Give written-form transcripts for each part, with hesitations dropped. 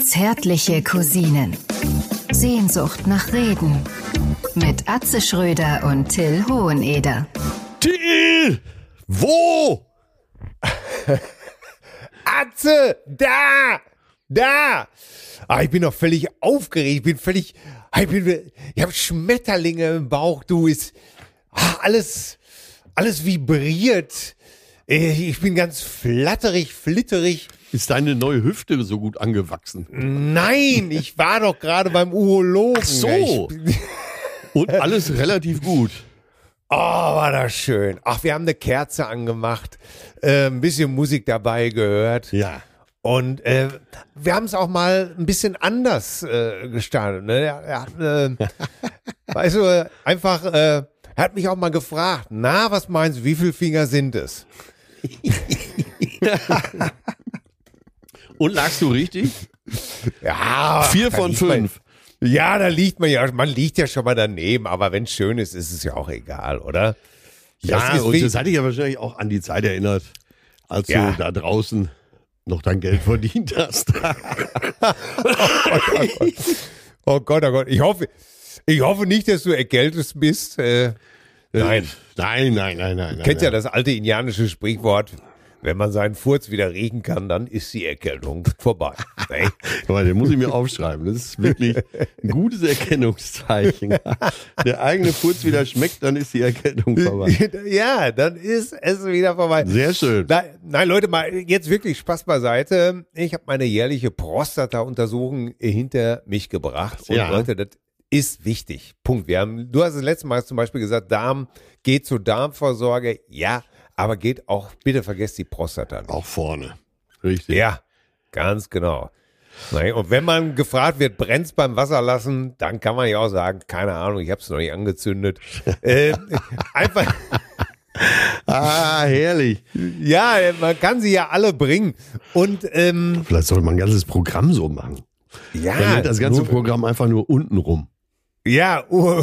Zärtliche Cousinen. Sehnsucht nach Reden. Mit Atze Schröder und Till Hoheneder. Till! Wo? Atze! Da! Ich bin doch völlig aufgeregt. Ich habe Schmetterlinge im Bauch. Alles vibriert. Ich bin ganz flitterig. Ist deine neue Hüfte so gut angewachsen? Nein, ich war doch gerade beim Urologen. Ach so. Und alles relativ gut. Oh, war das schön. Ach, wir haben eine Kerze angemacht, ein bisschen Musik dabei gehört. Ja. Und wir haben es auch mal ein bisschen anders gestartet. Ne? Er hat, weißt du, einfach, er hat mich auch mal gefragt, na, was meinst du, wie viele Finger sind es? Und lagst du richtig? Ja. 4 von 5. Ja, man liegt ja schon mal daneben, aber wenn es schön ist, ist es ja auch egal, oder? Ja, und das hat dich ja wahrscheinlich auch an die Zeit erinnert, als du da draußen noch dein Geld verdient hast. Oh Gott. Ich hoffe nicht, dass du erkältet bist. Nein. Nein. Kennt ja das alte indianische Sprichwort, wenn man seinen Furz wieder riechen kann, dann ist die Erkältung vorbei. Nee. Den muss ich mir aufschreiben. Das ist wirklich ein gutes Erkennungszeichen. Der eigene Furz wieder schmeckt, dann ist die Erkältung vorbei. Ja, dann ist es wieder vorbei. Sehr schön. Nein, Leute, mal jetzt wirklich Spaß beiseite. Ich habe meine jährliche Prostata-Untersuchung hinter mich gebracht. Und Leute, das ist wichtig. Punkt. Du hast das letzte Mal zum Beispiel gesagt, Darm geht zur Darmvorsorge. Ja, aber geht auch, bitte vergesst die Prostata nicht. Auch vorne. Richtig. Ja, ganz genau. Und wenn man gefragt wird, brennt's beim Wasserlassen, dann kann man ja auch sagen, keine Ahnung, ich habe es noch nicht angezündet. Einfach. Herrlich. Ja, man kann sie ja alle bringen. Und vielleicht sollte man ein ganzes Programm so machen. Ja. Man nennt das ganze Programm einfach nur unten rum. Ja,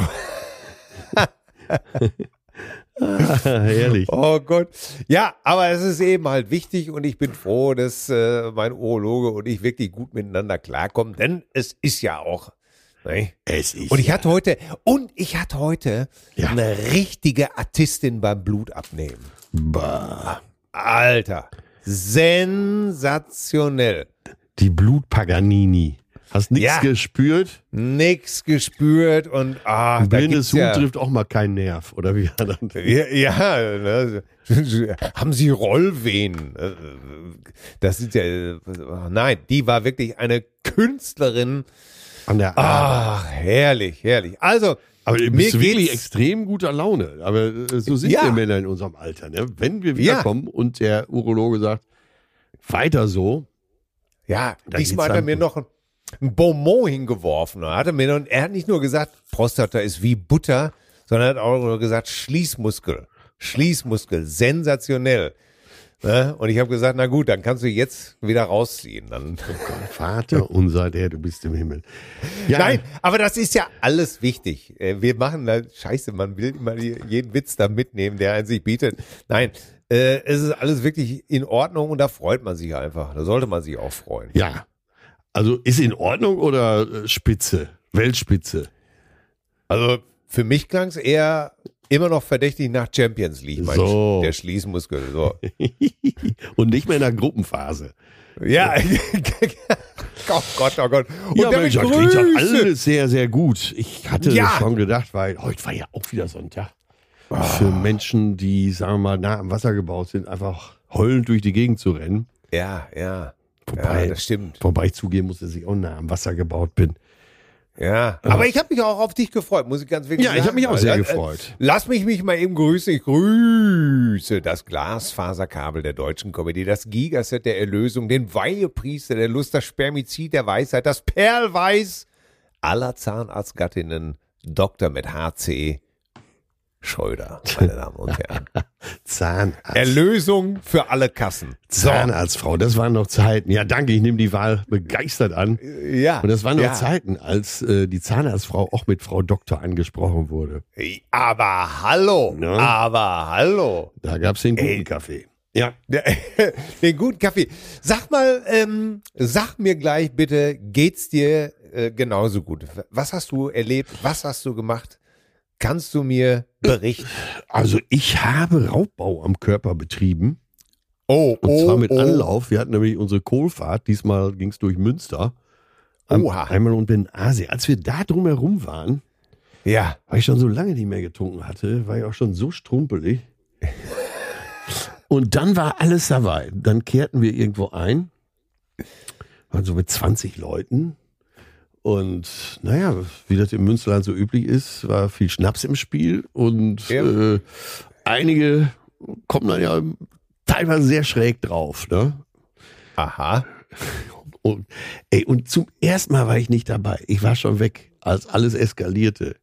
herrlich. Oh Gott. Ja, aber es ist eben halt wichtig und ich bin froh, dass mein Urologe und ich wirklich gut miteinander klarkommen, denn es ist ja auch. Ne? Es ist. Und ich hatte heute eine richtige Artistin beim Blutabnehmen. Bah. Alter, sensationell. Die Blut-Paganini. Hast nichts gespürt? Nix gespürt und ein blindes Huhn trifft auch mal keinen Nerv, oder wie? Ne? Haben Sie Rollvenen? Das sind ja, nein, die war wirklich eine Künstlerin. An der Ader. Ach, herrlich. Also, aber du bist wirklich extrem guter Laune. Aber so sind wir Männer in unserem Alter. Ne? Wenn wir wiederkommen und der Urologe sagt, weiter so. Ja, diesmal hat er mir noch ein Bonbon hingeworfen. Er hat nicht nur gesagt, Prostata ist wie Butter, sondern er hat auch gesagt, Schließmuskel, sensationell. Ne? Und ich habe gesagt, na gut, dann kannst du jetzt wieder rausziehen. Dann Vater unser, der du bist im Himmel. Ja. Nein, aber das ist ja alles wichtig. Wir machen da, scheiße, man will immer jeden Witz da mitnehmen, der einen sich bietet. Nein, es ist alles wirklich in Ordnung und da freut man sich einfach. Da sollte man sich auch freuen. Ja. Also ist in Ordnung oder Spitze, Weltspitze? Also für mich klang es eher immer noch verdächtig nach Champions League, der Schließmuskel. So. Und nicht mehr in der Gruppenphase. Ja, oh Gott. Und ja, aber ich klingt doch alles sehr, sehr gut. Ich hatte schon gedacht, weil heute war ja auch wieder Sonntag. Für Menschen, die, sagen wir mal, nah am Wasser gebaut sind, einfach heulend durch die Gegend zu rennen. Ja. Wobei, das stimmt. Wobei ich zugeben muss, dass ich auch nah am Wasser gebaut bin. Ja, aber ich habe mich auch auf dich gefreut, muss ich ganz wirklich sagen. Ja, ich habe mich auch sehr gefreut. Lass mich mal eben grüßen. Ich grüße das Glasfaserkabel der deutschen Comedy, das Gigaset der Erlösung, den Weihepriester der Lust, das Spermizid der Weisheit, das Perlweiß aller Zahnarztgattinnen, Doktor mit HC Schröder, meine Damen und Herren. Zahnarzt. Erlösung für alle Kassen. Zahnarztfrau, das waren noch Zeiten. Ja, danke, ich nehme die Wahl begeistert an. Ja. Und das waren noch Zeiten, als die Zahnarztfrau auch mit Frau Doktor angesprochen wurde. Aber hallo, Ne? Da Da gab's den guten Kaffee. Ja. Den guten Kaffee. Sag mal, sag mir gleich bitte, geht's dir genauso gut? Was hast du erlebt? Was hast du gemacht? Kannst du mir berichten? Also ich habe Raubbau am Körper betrieben. Und zwar mit Anlauf. Wir hatten nämlich unsere Kohlfahrt. Diesmal ging es durch Münster. Einmal und in Asien. Als wir da drumherum waren, ja, weil ich schon so lange nicht mehr getrunken hatte, war ich auch schon so strumpelig. Und dann war alles dabei. Dann kehrten wir irgendwo ein. Waren so mit 20 Leuten. Und naja, wie das im Münsterland so üblich ist, war viel Schnaps im Spiel. Und einige kommen dann ja teilweise sehr schräg drauf. Ne? Aha. Und zum ersten Mal war ich nicht dabei. Ich war schon weg, als alles eskalierte.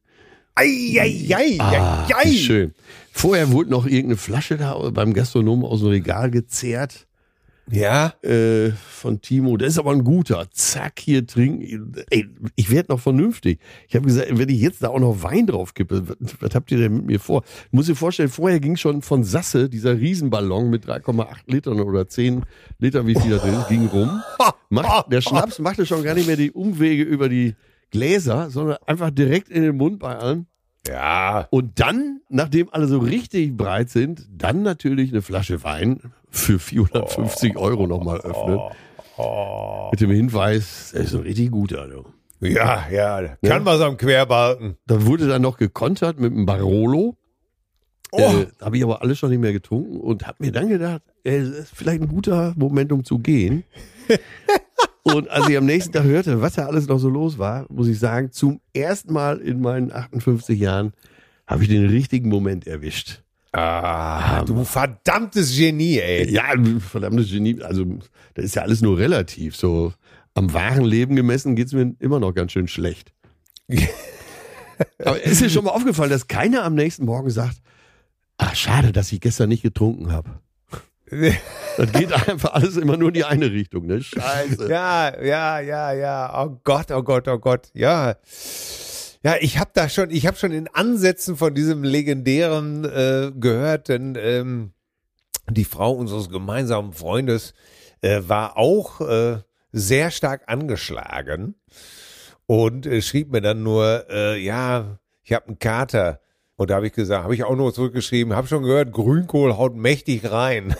Wie schön. Vorher wurde noch irgendeine Flasche da beim Gastronomen aus dem Regal gezerrt. Ja. Von Timo. Der ist aber ein guter. Zack, hier trinken. Ey, ich werde noch vernünftig. Ich habe gesagt, wenn ich jetzt da auch noch Wein drauf kippe, was habt ihr denn mit mir vor? Ich muss dir vorstellen, vorher ging schon von Sasse, dieser Riesenballon mit 3,8 Litern oder 10 Liter, wie viel da drin ist, ging rum. Der Schnaps machte schon gar nicht mehr die Umwege über die Gläser, sondern einfach direkt in den Mund bei allen. Ja. Und dann, nachdem alle so richtig breit sind, dann natürlich eine Flasche Wein für 450 Euro nochmal öffnen. Mit dem Hinweis, er ist ein richtig guter. Du. Ja, kann was am Querbalken. Da wurde dann noch gekontert mit einem Barolo. Habe ich aber alles schon nicht mehr getrunken und habe mir dann gedacht, das ist vielleicht ein guter Moment, um zu gehen. Und als ich am nächsten Tag hörte, was da alles noch so los war, muss ich sagen, zum ersten Mal in meinen 58 Jahren habe ich den richtigen Moment erwischt. Du verdammtes Genie, ey. Ja, verdammtes Genie. Also, das ist ja alles nur relativ. So am wahren Leben gemessen geht's mir immer noch ganz schön schlecht. Aber ist dir schon mal aufgefallen, dass keiner am nächsten Morgen sagt, schade, dass ich gestern nicht getrunken habe. Das geht einfach alles immer nur in die eine Richtung, ne? Scheiße. Ja. Oh Gott. Ja. Ja, ich habe schon in Ansätzen von diesem legendären gehört, denn die Frau unseres gemeinsamen Freundes war auch sehr stark angeschlagen und schrieb mir dann nur, ich habe einen Kater. Und da habe ich gesagt, habe ich auch nur zurückgeschrieben, habe schon gehört, Grünkohl haut mächtig rein.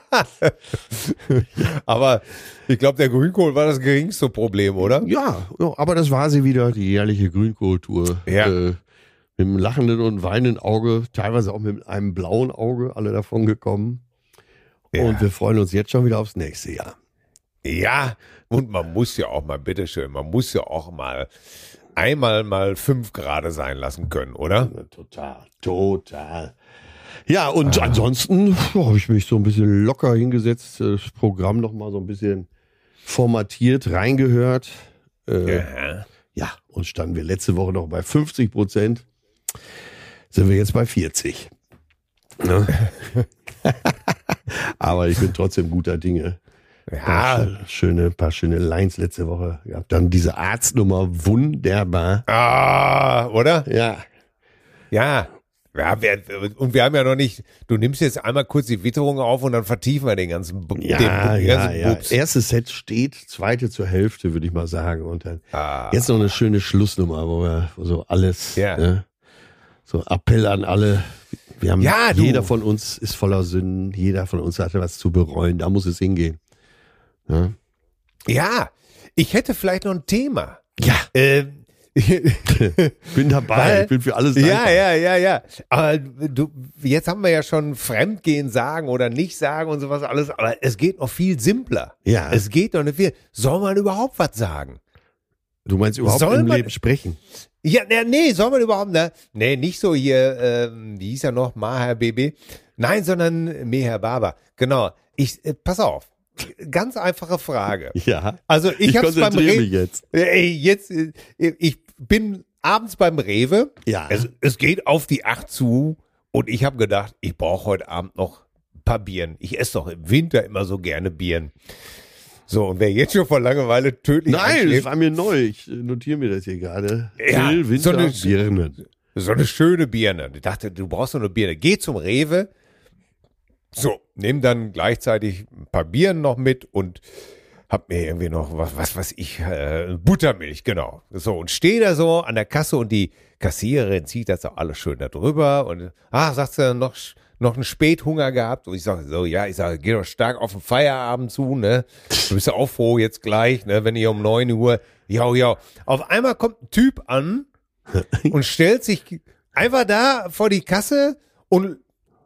Aber ich glaube, der Grünkohl war das geringste Problem, oder? Ja, aber das war sie wieder, die jährliche Grünkohltour. Ja. Mit einem lachenden und weinenden Auge, teilweise auch mit einem blauen Auge, alle davon gekommen. Ja. Und wir freuen uns jetzt schon wieder aufs nächste Jahr. Ja, und man muss ja auch mal, bitteschön, einmal mal 5 Grad sein lassen können, oder? Total. Ja, und ansonsten habe ich mich so ein bisschen locker hingesetzt, das Programm noch mal so ein bisschen formatiert, reingehört. Ja, und standen wir letzte Woche noch bei 50%, sind wir jetzt bei 40. Ne? Aber ich bin trotzdem guter Dinge. Ja, paar schöne Lines letzte Woche gehabt. Dann diese Arztnummer, wunderbar. Oder? Ja. Ja. Und wir haben ja noch nicht, du nimmst jetzt einmal kurz die Witterung auf und dann vertiefen wir den ganzen Bubs. Erstes Set steht, zweite zur Hälfte, würde ich mal sagen. Und dann jetzt noch eine schöne Schlussnummer, wo so alles, so Appell an alle. Wir haben, jeder von uns ist voller Sünden, jeder von uns hatte was zu bereuen, da muss es hingehen. Ja, ich hätte vielleicht noch ein Thema. Ja. Bin dabei, ich bin für alles dankbar. Ja. Aber jetzt haben wir ja schon Fremdgehen sagen oder nicht sagen und sowas alles, aber es geht noch viel simpler. Ja. Es geht noch nicht viel. Soll man überhaupt was sagen? Du meinst überhaupt im Leben sprechen? Ja, nee, soll man überhaupt, ne? Nee, nicht so hier, wie hieß er noch, Maher BB? Nein, sondern Meher Baba. Genau. Pass auf. Ganz einfache Frage. Ja. Also ich hab's beim Rewe. Jetzt. Ich bin abends beim Rewe. Ja. Es geht auf die 8 zu und ich habe gedacht, ich brauche heute Abend noch ein paar Bieren. Ich esse doch im Winter immer so gerne Bieren. So, und wer jetzt schon vor Langeweile tödlich Nein, das war mir neu. Ich notiere mir das hier gerade. Ja, Birnen. So eine schöne Birne. Ich dachte, du brauchst so eine Birne. Geh zum Rewe. So, nehme dann gleichzeitig ein paar Bieren noch mit und hab mir irgendwie noch was weiß ich, Buttermilch, genau. So, und stehe da so an der Kasse und die Kassiererin zieht das auch alles schön da drüber und, sagt sie, noch einen Späthunger gehabt. Und ich sage so, geh doch stark auf den Feierabend zu, ne? Du bist ja auch froh jetzt gleich, ne? Wenn ihr um 9 Uhr, ja. Auf einmal kommt ein Typ an und stellt sich einfach da vor die Kasse und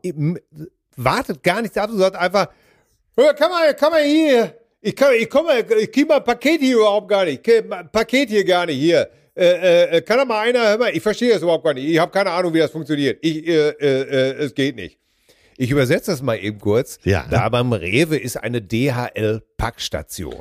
wartet gar nichts ab und sagt einfach, kann man hier, ich krieg mein Paket hier überhaupt gar nicht, Paket hier gar nicht, hier. Kann da mal einer, hör mal, ich verstehe das überhaupt gar nicht, ich habe keine Ahnung, wie das funktioniert, es geht nicht. Ich übersetze das mal eben kurz. Ja. Da beim Rewe ist eine DHL-Packstation.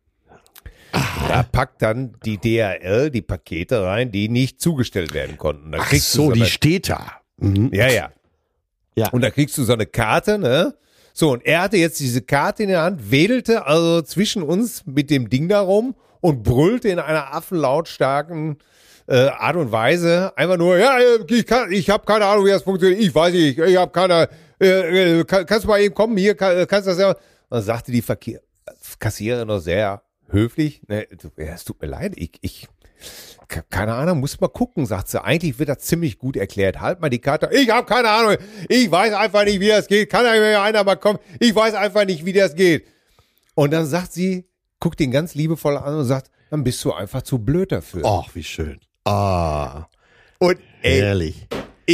Da packt dann die DHL die Pakete rein, die nicht zugestellt werden konnten. Da kriegst du die steht da. Mhm. Ja. Ja. Und da kriegst du so eine Karte, ne? So, und er hatte jetzt diese Karte in der Hand, wedelte also zwischen uns mit dem Ding da rum und brüllte in einer affenlautstarken Art und Weise einfach nur, ich habe keine Ahnung, wie das funktioniert, ich weiß nicht, ich habe keine, kannst du mal eben kommen, hier, kannst du das ja. Und dann sagte die Kassiererin noch sehr höflich, ne, es tut mir leid, ich keine Ahnung, muss mal gucken, sagt sie. Eigentlich wird das ziemlich gut erklärt. Halt mal die Karte. Ich habe keine Ahnung. Ich weiß einfach nicht, wie das geht. Kann ja einer mal kommen? Ich weiß einfach nicht, wie das geht. Und dann sagt sie, guckt ihn ganz liebevoll an und sagt, dann bist du einfach zu blöd dafür. Ach, wie schön. Und Ehrlich.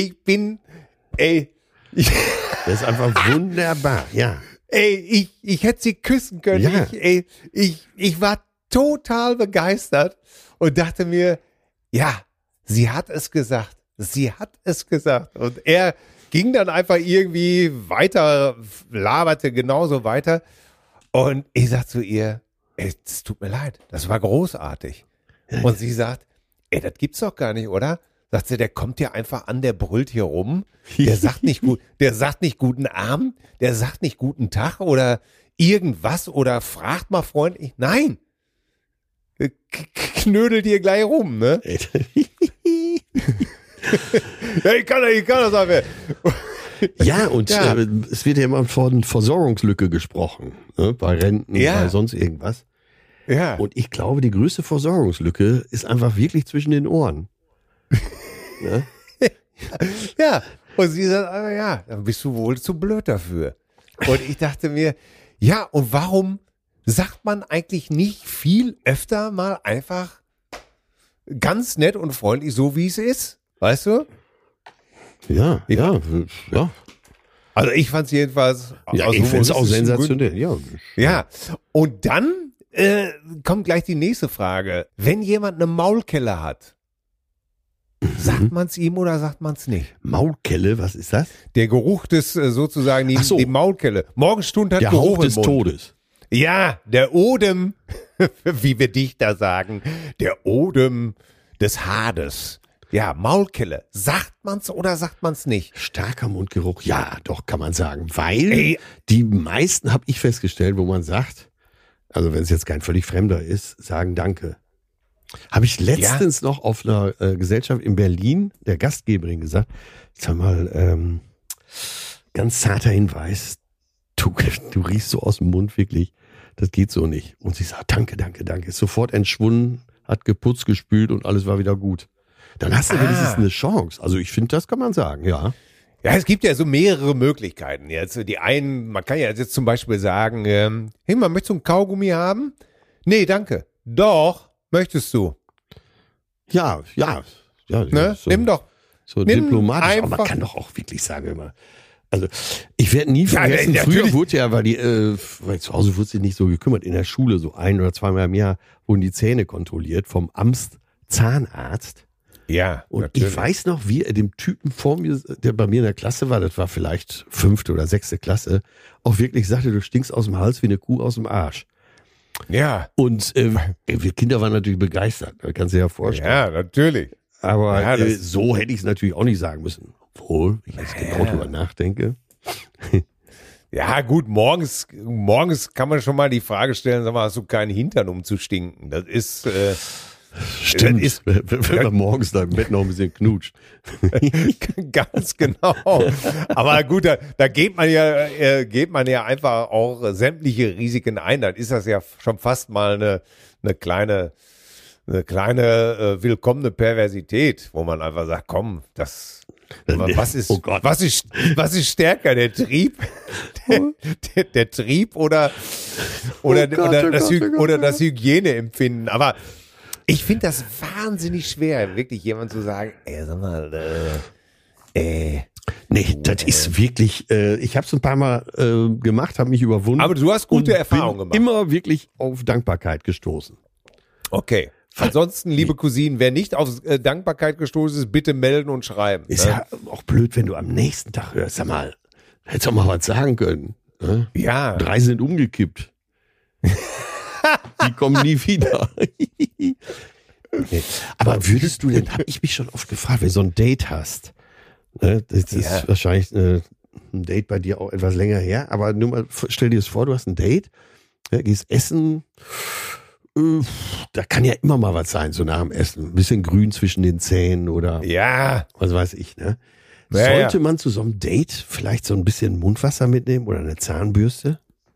Das ist einfach wunderbar, ja. Ich hätte sie küssen können. Ja. Ich war total begeistert und dachte mir, ja, sie hat es gesagt. Und er ging dann einfach irgendwie weiter, laberte genauso weiter. Und ich sag zu ihr, es tut mir leid, das war großartig. Und sie sagt, das gibt's doch gar nicht, oder? Sagt sie, der kommt hier einfach an, der brüllt hier rum. Der sagt nicht guten Abend, der sagt nicht guten Tag oder irgendwas oder fragt mal freundlich. Nein. Knödelt hier gleich rum, ne? Ja, ich kann das einfach. Ja, und es wird ja immer von Versorgungslücke gesprochen, ne? Bei Renten, bei sonst irgendwas. Ja. Und ich glaube, die größte Versorgungslücke ist einfach wirklich zwischen den Ohren. Ne? Ja, und sie sagt, dann bist du wohl zu blöd dafür. Und ich dachte mir, ja, und warum sagt man eigentlich nicht viel öfter mal einfach ganz nett und freundlich, so wie es ist? Weißt du? Ja. Also ich fand es jedenfalls. Ja, ich finde es auch sensationell. Ja, und dann kommt gleich die nächste Frage. Wenn jemand eine Maulkelle hat, sagt man es ihm oder sagt man es nicht? Maulkelle, was ist das? Der Geruch des sozusagen, die Maulkelle. Morgenstund hat der Geruch Hauch des im Mund. Todes. Ja, der Odem, wie wir Dichter sagen, der Odem des Hades. Ja, Maulkelle. Sagt man's oder sagt man's nicht? Starker Mundgeruch, ja, doch, kann man sagen. Weil die meisten, habe ich festgestellt, wo man sagt, also wenn es jetzt kein völlig Fremder ist, sagen Danke. Habe ich letztens noch auf einer Gesellschaft in Berlin der Gastgeberin gesagt, sag mal, ganz zarter Hinweis, du riechst so aus dem Mund wirklich, das geht so nicht. Und sie sagt, danke, ist sofort entschwunden, hat geputzt, gespült und alles war wieder gut. Dann hast du wenigstens eine Chance. Also ich finde, das kann man sagen, ja. Ja, es gibt ja so mehrere Möglichkeiten. Jetzt die einen, man kann ja jetzt zum Beispiel sagen, hey, man möchtest du einen Kaugummi haben? Nee, danke. Doch, möchtest du? Ja. Ne? So, Nimm doch. So Nimm diplomatisch, aber einfach. man kann doch auch wirklich sagen immer. Also ich werde nie vergessen, früher wurde ja, weil zu Hause wurde sich nicht so gekümmert, in der Schule so 1 oder 2-mal im Jahr wurden die Zähne kontrolliert vom Amtszahnarzt. Ja, und natürlich. ich weiß noch, wie er dem Typen vor mir, der bei mir in der Klasse war, das war vielleicht 5. oder 6. Klasse, auch wirklich sagte, du stinkst aus dem Hals wie eine Kuh aus dem Arsch. Ja. Und wir Kinder waren natürlich begeistert, das kannst du dir ja vorstellen. Ja, natürlich. Aber so hätte ich es natürlich auch nicht sagen müssen. Obwohl, wenn ich jetzt genau drüber nachdenke. Ja, gut, morgens kann man schon mal die Frage stellen, sag mal, hast du keinen Hintern, um zu stinken? Das ist, Stimmt, wenn man morgens da im Bett noch ein bisschen knutscht. Ganz genau. Aber gut, da geht man ja einfach auch sämtliche Risiken ein. Dann ist das ja schon fast mal eine kleine willkommene Perversität, wo man einfach sagt, komm, was ist stärker, der Trieb, der Trieb oder das Hygieneempfinden? Aber ich finde das wahnsinnig schwer, wirklich jemand zu sagen, sag mal, nee, das ist wirklich, ich habe es ein paar Mal gemacht, habe mich überwunden. Aber du hast gute Erfahrungen gemacht. Immer wirklich auf Dankbarkeit gestoßen. Okay. Ansonsten, liebe Cousinen, wer nicht auf Dankbarkeit gestoßen ist, bitte melden und schreiben. Ist ja auch blöd, wenn du am nächsten Tag hörst, sag mal, hättest du auch mal was sagen können. Ne? Ja. 3 sind umgekippt. Die kommen nie wieder. Aber würdest du denn, habe ich mich schon oft gefragt, wenn du so ein Date hast, ne, das ist wahrscheinlich ein Date bei dir auch etwas länger her, aber nur mal, stell dir das vor, du hast ein Date, gehst essen, da kann ja immer mal was sein, so nach dem Essen. Ein bisschen grün zwischen den Zähnen oder was weiß ich, ne? Sollte man zu so einem Date vielleicht so ein bisschen Mundwasser mitnehmen oder eine Zahnbürste?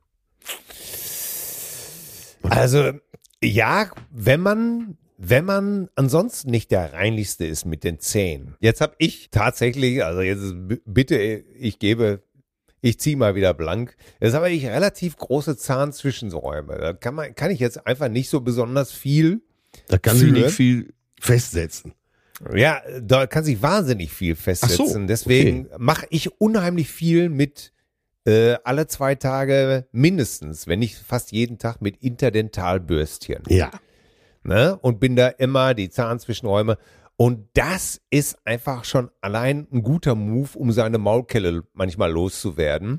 Also, ja, wenn man ansonsten nicht der Reinlichste ist mit den Zähnen. Jetzt habe ich tatsächlich, also jetzt bitte, ich ziehe mal wieder blank. Jetzt habe ich relativ große Zahnzwischenräume. Da kann ich jetzt einfach nicht so besonders viel. Da kann sich nicht viel festsetzen. Ja, da kann sich wahnsinnig viel festsetzen. So, deswegen mache ich unheimlich viel mit alle 2 Tage mindestens, wenn nicht fast jeden Tag mit Interdentalbürstchen. Ja. Ne? Und bin da immer die Zahnzwischenräume. Und das ist einfach schon allein ein guter Move, um seine Maulkelle manchmal loszuwerden.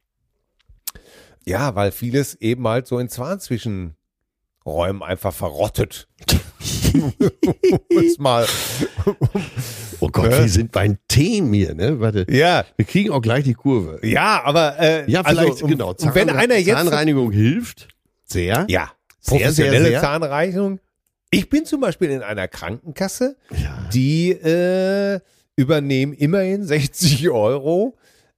Ja, weil vieles eben halt so in Zahnzwischenräumen einfach verrottet. Oh Gott, wir sind beim Themen hier, ne? Warte. Ja. Wir kriegen auch gleich die Kurve. Ja, aber vielleicht, also, genau. Wenn einer jetzt Zahnreinigung hilft, sehr. Ja, professionelle Zahnreinigung. Ich bin zum Beispiel in einer Krankenkasse, die übernehmen immerhin 60 €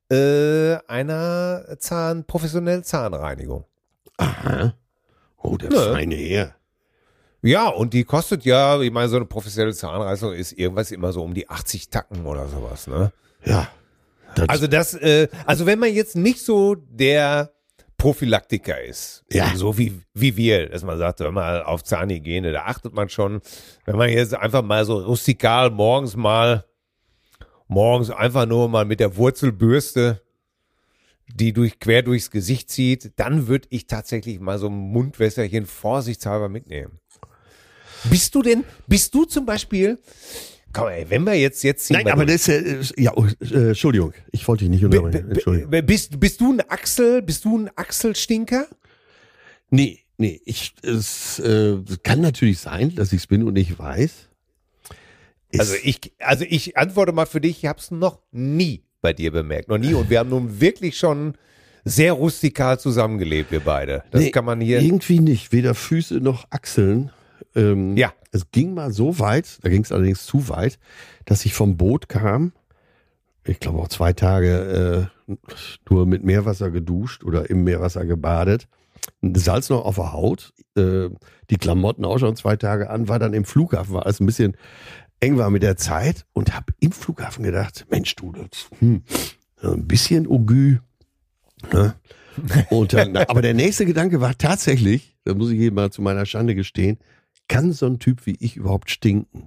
einer professionellen Zahnreinigung. Aha. Oh, der feine Herr. Ja, und die kostet ja, ich meine, so eine professionelle Zahnreinigung ist irgendwas immer so um die 80 Tacken oder sowas, ne? Ja. Also wenn man jetzt nicht so der Prophylaktiker ist. Ja. So wie wir, dass man sagt, wenn man auf Zahnhygiene, da achtet man schon. Wenn man jetzt einfach mal so rustikal morgens einfach nur mal mit der Wurzelbürste, die quer durchs Gesicht zieht, dann würde ich tatsächlich mal so ein Mundwässerchen vorsichtshalber mitnehmen. Bist du zum Beispiel, komm ey, wenn wir jetzt Nein, aber das ist Entschuldigung, ich wollte dich nicht unterbrechen. Entschuldigung. Bist du ein Achselstinker? Nee, es kann natürlich sein, dass ich es bin und nicht weiß. Also ich antworte mal für dich, ich habe es noch nie bei dir bemerkt, noch nie, und wir haben nun wirklich schon sehr rustikal zusammengelebt, wir beide. Das kann man hier irgendwie nicht, weder Füße noch Achseln. Es ging mal so weit, da ging es allerdings zu weit, dass ich vom Boot kam, ich glaube auch 2 Tage nur mit Meerwasser geduscht oder im Meerwasser gebadet, Salz noch auf der Haut, die Klamotten auch schon 2 Tage an, war dann im Flughafen, war alles ein bisschen eng war mit der Zeit und habe im Flughafen gedacht, Mensch du, das ein bisschen Augü. Ne? Und dann, aber der nächste Gedanke war tatsächlich, da muss ich eben mal zu meiner Schande gestehen, kann so ein Typ wie ich überhaupt stinken?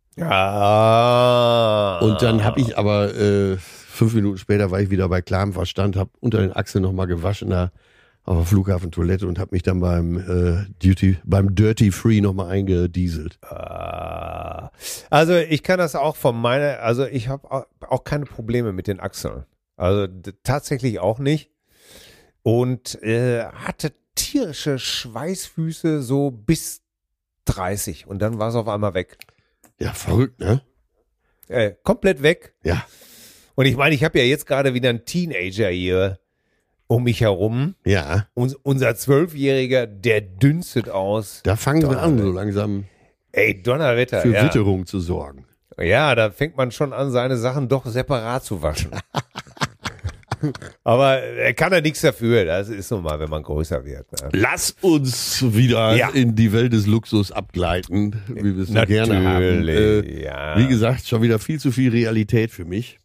Ja. Und dann habe ich aber 5 Minuten später war ich wieder bei klarem Verstand, habe unter den Achseln nochmal gewaschen da auf der Flughafentoilette und habe mich dann beim Dirty Free nochmal eingedieselt. Also ich kann das auch also ich habe auch keine Probleme mit den Achseln. Also tatsächlich auch nicht. Und hatte tierische Schweißfüße so bis 30 und dann war es auf einmal weg. Ja, verrückt, ne? Komplett weg. Ja. Und ich meine, ich habe ja jetzt gerade wieder einen Teenager hier um mich herum. Ja. Unser 12-Jähriger, der dünstet aus. Da fangen wir an, so langsam. Ey, Donnerwetter. Für Witterung zu sorgen. Ja, da fängt man schon an, seine Sachen doch separat zu waschen. Aber er kann ja nichts dafür. Das ist nun mal, wenn man größer wird. Ne? Lass uns wieder in die Welt des Luxus abgleiten, wie wir es so gerne haben. Wie gesagt, schon wieder viel zu viel Realität für mich.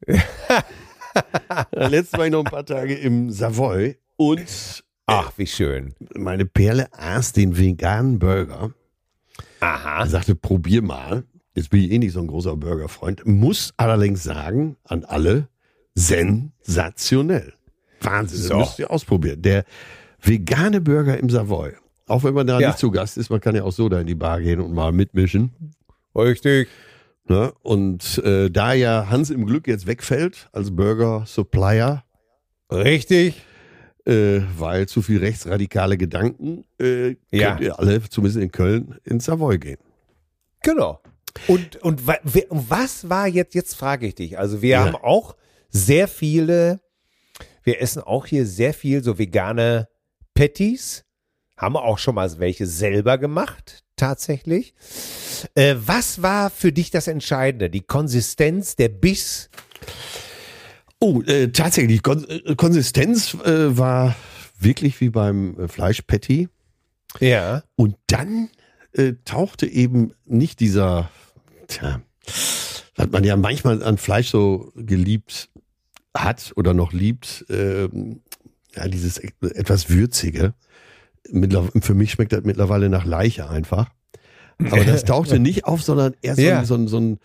Letztes Mal noch ein paar Tage im Savoy und ach, wie schön. Meine Perle aß den veganen Burger. Aha. Sagte, probier mal. Jetzt bin ich eh nicht so ein großer Burgerfreund. Muss allerdings sagen, an alle, sensationell. Wahnsinn, das müsst ihr ausprobieren. Der vegane Burger im Savoy. Auch wenn man da nicht zu Gast ist, man kann ja auch so da in die Bar gehen und mal mitmischen. Richtig. Ne? Und da ja Hans im Glück jetzt wegfällt als Burger-Supplier. Richtig. Weil zu viel rechtsradikale Gedanken könnt ihr alle, zumindest in Köln, ins Savoy gehen. Genau. Und was war jetzt frage ich dich, also wir haben auch sehr viele, wir essen auch hier sehr viel so vegane Patties, haben auch schon mal welche selber gemacht, tatsächlich. Was war für dich das Entscheidende? Die Konsistenz, der Biss? Oh, tatsächlich, Konsistenz war wirklich wie beim Fleischpatty. Ja. Und dann tauchte eben nicht dieser, was man ja manchmal an Fleisch so geliebt hat oder noch liebt, dieses etwas Würzige. Für mich schmeckt das mittlerweile nach Leiche einfach. Aber das tauchte nicht auf, sondern eher so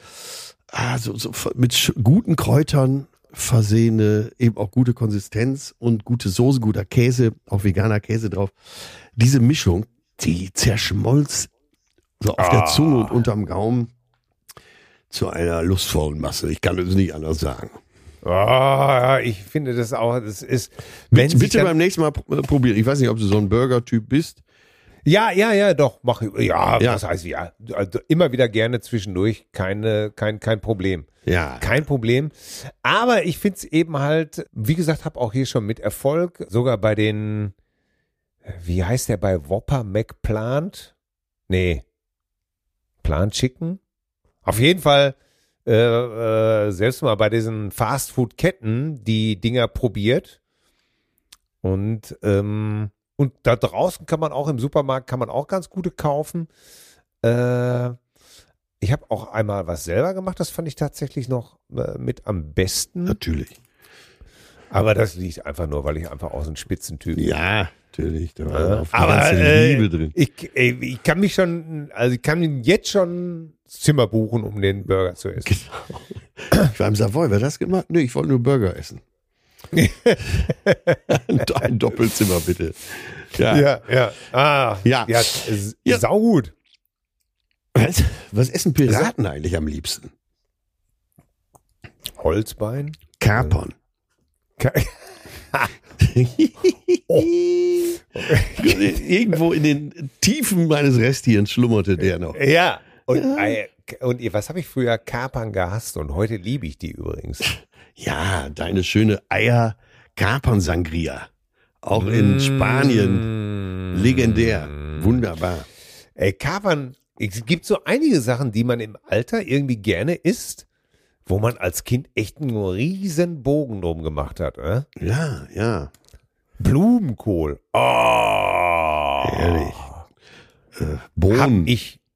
mit guten Kräutern versehene, eben auch gute Konsistenz und gute Soße, guter Käse, auch veganer Käse drauf. Diese Mischung, die zerschmolz so auf der Zunge und unterm Gaumen zu einer lustvollen Masse. Ich kann es nicht anders sagen. Ich finde das auch, das ist... Bitte beim nächsten Mal probieren. Ich weiß nicht, ob du so ein Burger-Typ bist. Ja, doch, mach ich. Ja, das heißt also immer wieder gerne zwischendurch, kein Problem. Ja. Kein Problem. Aber ich finde es eben halt, wie gesagt, habe auch hier schon mit Erfolg, sogar bei den, wie heißt der bei Whopper McPlant? Nee. Plant Chicken? Auf jeden Fall, selbst mal bei diesen Fastfood-Ketten die Dinger probiert. Und da draußen kann man auch im Supermarkt ganz gute kaufen. Ich habe auch einmal was selber gemacht, das fand ich tatsächlich noch mit am besten. Natürlich. Aber das liegt einfach nur, weil ich einfach auch so ein Spitzentyp bin. Ja, natürlich. Da war auch Liebe drin. Ich kann mich schon, also ich kann jetzt schon das Zimmer buchen, um den Burger zu essen. Genau. Ich war im Savoy, wer das gemacht? Nö, ich wollte nur Burger essen. Ein Doppelzimmer, bitte. Ja. Saugut. Was essen Piraten eigentlich am liebsten? Holzbein? Kapern. Irgendwo in den Tiefen meines Resthirns schlummerte der noch. Ja. Und was habe ich früher Kapern gehasst und heute liebe ich die übrigens. Ja, deine schöne Eier-Kapern-Sangria. Auch in Spanien. Legendär. Wunderbar. Kapern, es gibt so einige Sachen, die man im Alter irgendwie gerne isst, wo man als Kind echt einen riesen Bogen drum gemacht hat. Oder? Ja. Blumenkohl. Herrlich. Bohnen.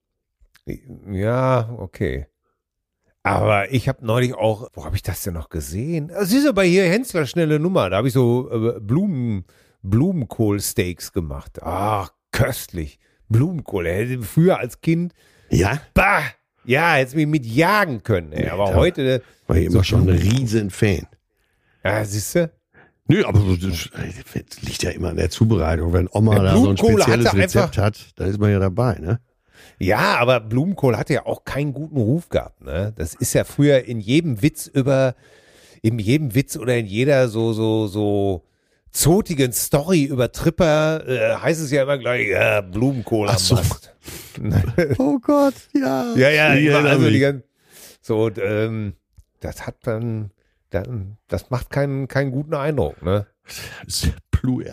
Ja, okay. Aber ich habe neulich auch, wo habe ich das denn noch gesehen? Das ist aber hier Hensler schnelle Nummer. Da habe ich so Blumenkohl-Steaks gemacht. Köstlich. Blumenkohl. Früher als Kind. Ja? Bah! Ja, hätte mich mit jagen können. Ey. Aber heute. War ich immer schon ein riesen Fan. Ja, siehst du? Nö, aber das liegt ja immer an der Zubereitung. Wenn Oma da so ein spezielles Rezept hat, dann ist man ja dabei, ne? Ja, aber Blumenkohl hatte ja auch keinen guten Ruf gehabt, ne? Das ist ja früher in jedem Witz oder in jeder so zotigen Story über Tripper heißt es ja immer gleich, Blumenkohl am Mast. Oh Gott, ja. Ja, immer, also die ganzen, so, das hat dann, das macht keinen guten Eindruck, ne?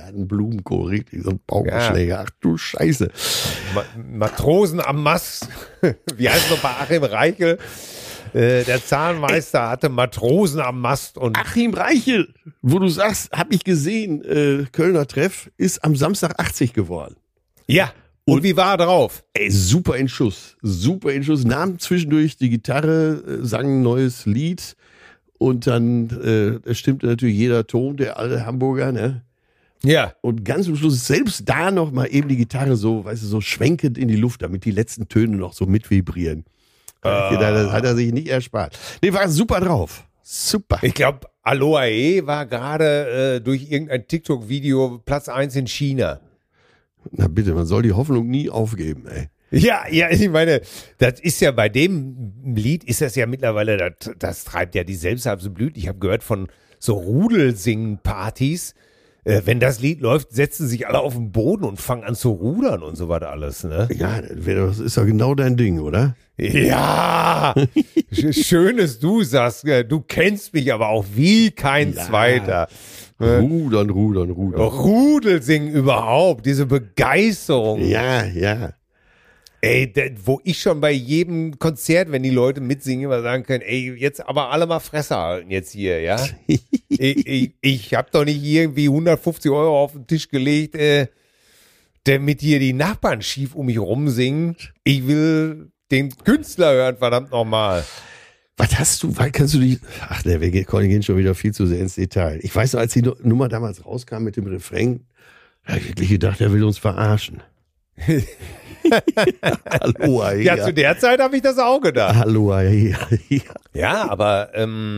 Blumenkohl, richtig, so ein Bauchschläger. Ach du Scheiße. Matrosen am Mast. wie heißt es noch bei Achim Reichel? Der Zahnmeister hatte Matrosen am Mast und Achim Reichel, wo du sagst, hab ich gesehen, Kölner Treff ist am Samstag 80 geworden. ja. Und wie war er drauf? Ey, super in Schuss, nahm zwischendurch die Gitarre, sang ein neues Lied und dann stimmte natürlich jeder Ton, der alte Hamburger, ne? Ja. Und ganz am Schluss selbst da noch mal eben die Gitarre so, weißt du, so schwenkend in die Luft, damit die letzten Töne noch so mitvibrieren. Das hat er sich nicht erspart. Nee, war super drauf. Super. Ich glaube, Aloha war gerade durch irgendein TikTok-Video Platz 1 in China. Na bitte, man soll die Hoffnung nie aufgeben, ey. Ja, ich meine, das ist ja bei dem Lied, ist das ja mittlerweile, das treibt ja die Selbsthabse Blüten. Ich habe gehört von so Rudelsingen-Partys, wenn das Lied läuft, setzen sich alle auf den Boden und fangen an zu rudern und so was alles, ne? Ja, das ist doch genau dein Ding, oder? Ja, schön, dass du sagst, du kennst mich aber auch wie kein zweiter. Rudern. Rudelsingen überhaupt, diese Begeisterung. Ja. Ey, wo ich schon bei jedem Konzert, wenn die Leute mitsingen, immer sagen können, ey, jetzt aber alle mal Fresse halten jetzt hier, ja? ich hab doch nicht irgendwie 150 € auf den Tisch gelegt, damit hier die Nachbarn schief um mich rumsingen. Ich will den Künstler hören, verdammt nochmal. Was hast du, kannst du die, ach ne, wir gehen schon wieder viel zu sehr ins Detail. Ich weiß noch, als die Nummer damals rauskam mit dem Refrain, da hab ich wirklich gedacht, er will uns verarschen. Aloha, ja, zu der Zeit habe ich das auch gedacht. Aloha, ja, aber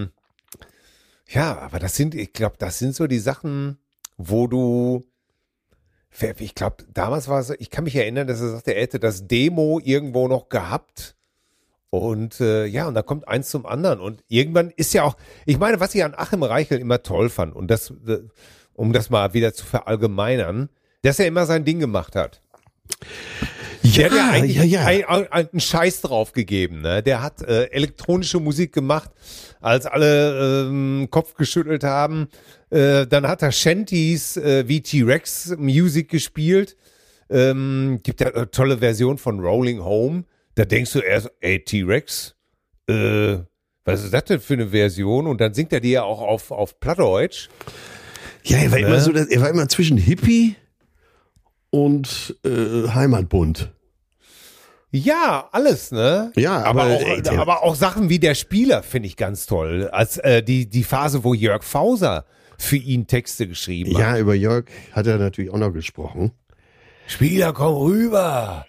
ich glaube, das sind so die Sachen, wo du, ich glaube, damals war es, ich kann mich erinnern, dass er sagte, er hätte das Demo irgendwo noch gehabt. Und und da kommt eins zum anderen. Und irgendwann ist ja auch, ich meine, was ich an Achim Reichel immer toll fand, und das, um das mal wieder zu verallgemeinern, dass er immer sein Ding gemacht hat. Der hat ja eigentlich einen Scheiß drauf gegeben, ne? Der hat elektronische Musik gemacht, als alle Kopf geschüttelt haben. Dann hat er Shanties wie T-Rex Music gespielt. Gibt ja eine tolle Version von Rolling Home. Da denkst du erst, ey, T-Rex, was ist das denn für eine Version? Und dann singt er die ja auch auf Plattdeutsch. Ja, er war immer so, er war immer zwischen Hippie und Heimatbund. Ja, alles, ne? Ja, aber auch Sachen wie der Spieler finde ich ganz toll. Als die Phase, wo Jörg Fauser für ihn Texte geschrieben hat. Ja, über Jörg hat er natürlich auch noch gesprochen. Spieler, komm rüber.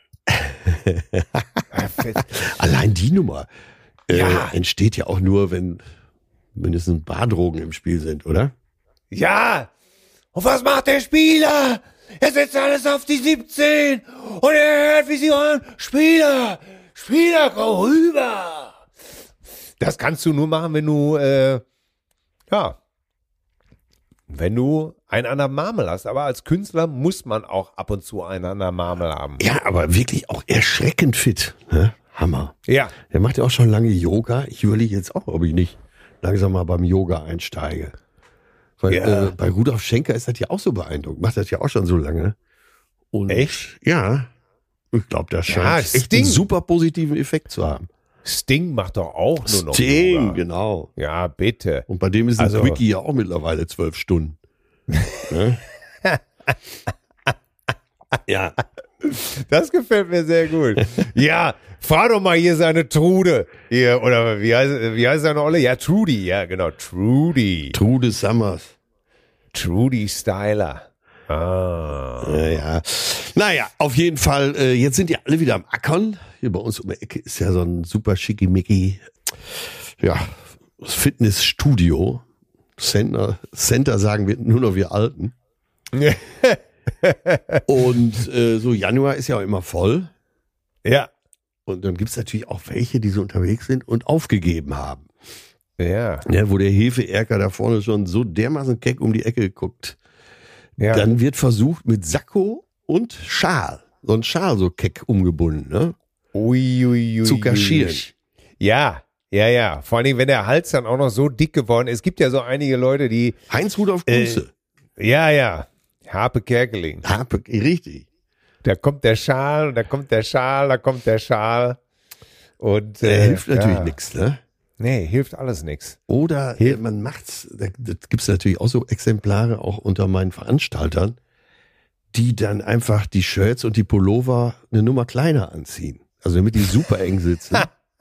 Allein die Nummer entsteht ja auch nur, wenn mindestens Bardrogen im Spiel sind, oder? Ja. Und was macht der Spieler? Er setzt alles auf die 17 und er hört, wie sie hören, Spieler, komm rüber. Das kannst du nur machen, wenn du, wenn du einen an der Marmel hast. Aber als Künstler muss man auch ab und zu einen an der Marmel haben. Ja, aber wirklich auch erschreckend fit. Ne? Hammer. Ja. Der macht ja auch schon lange Yoga. Ich überlege jetzt auch, ob ich nicht langsam mal beim Yoga einsteige. Weil bei Rudolf Schenker ist das ja auch so beeindruckend. Macht das ja auch schon so lange. Und echt? Ja. Ich glaube, das scheint echt einen super positiven Effekt zu haben. Sting macht doch auch nur noch Sting, Yoga. Genau. Ja, bitte. Und bei dem ist ein Quickie ja auch mittlerweile 12 Stunden. Ne? Ja. Das gefällt mir sehr gut. Ja, fahr doch mal hier seine Trude. Hier, oder wie heißt seine Olle? Ja, Trudy. Ja, genau. Trudy. Trude Summers. Trudy Styler. Ah. Ja. Naja, auf jeden Fall, jetzt sind die alle wieder am Ackern. Hier bei uns um die Ecke ist ja so ein super schickimicki, Fitnessstudio. Center sagen wir nur noch wir Alten. Und so Januar ist ja auch immer voll. Ja. Und dann gibt's natürlich auch welche, die so unterwegs sind und aufgegeben haben. Ja. Wo der Hefeerker da vorne schon so dermaßen keck um die Ecke guckt. Ja. Dann wird versucht mit Sakko und Schal, so ein Schal so keck umgebunden, ne? Zu kaschieren. Ja. Vor allem, wenn der Hals dann auch noch so dick geworden ist. Es gibt ja so einige Leute, die... Heinz Rudolf Kunze. Ja. Harpe Kerkeling. Richtig. Da kommt der Schal, da kommt der Schal, da kommt der Schal. Und hilft natürlich nichts, ne? Nee, hilft alles nichts. Oder man macht's, das gibt's natürlich auch so Exemplare auch unter meinen Veranstaltern, die dann einfach die Shirts und die Pullover eine Nummer kleiner anziehen. Also damit die super eng sitzen.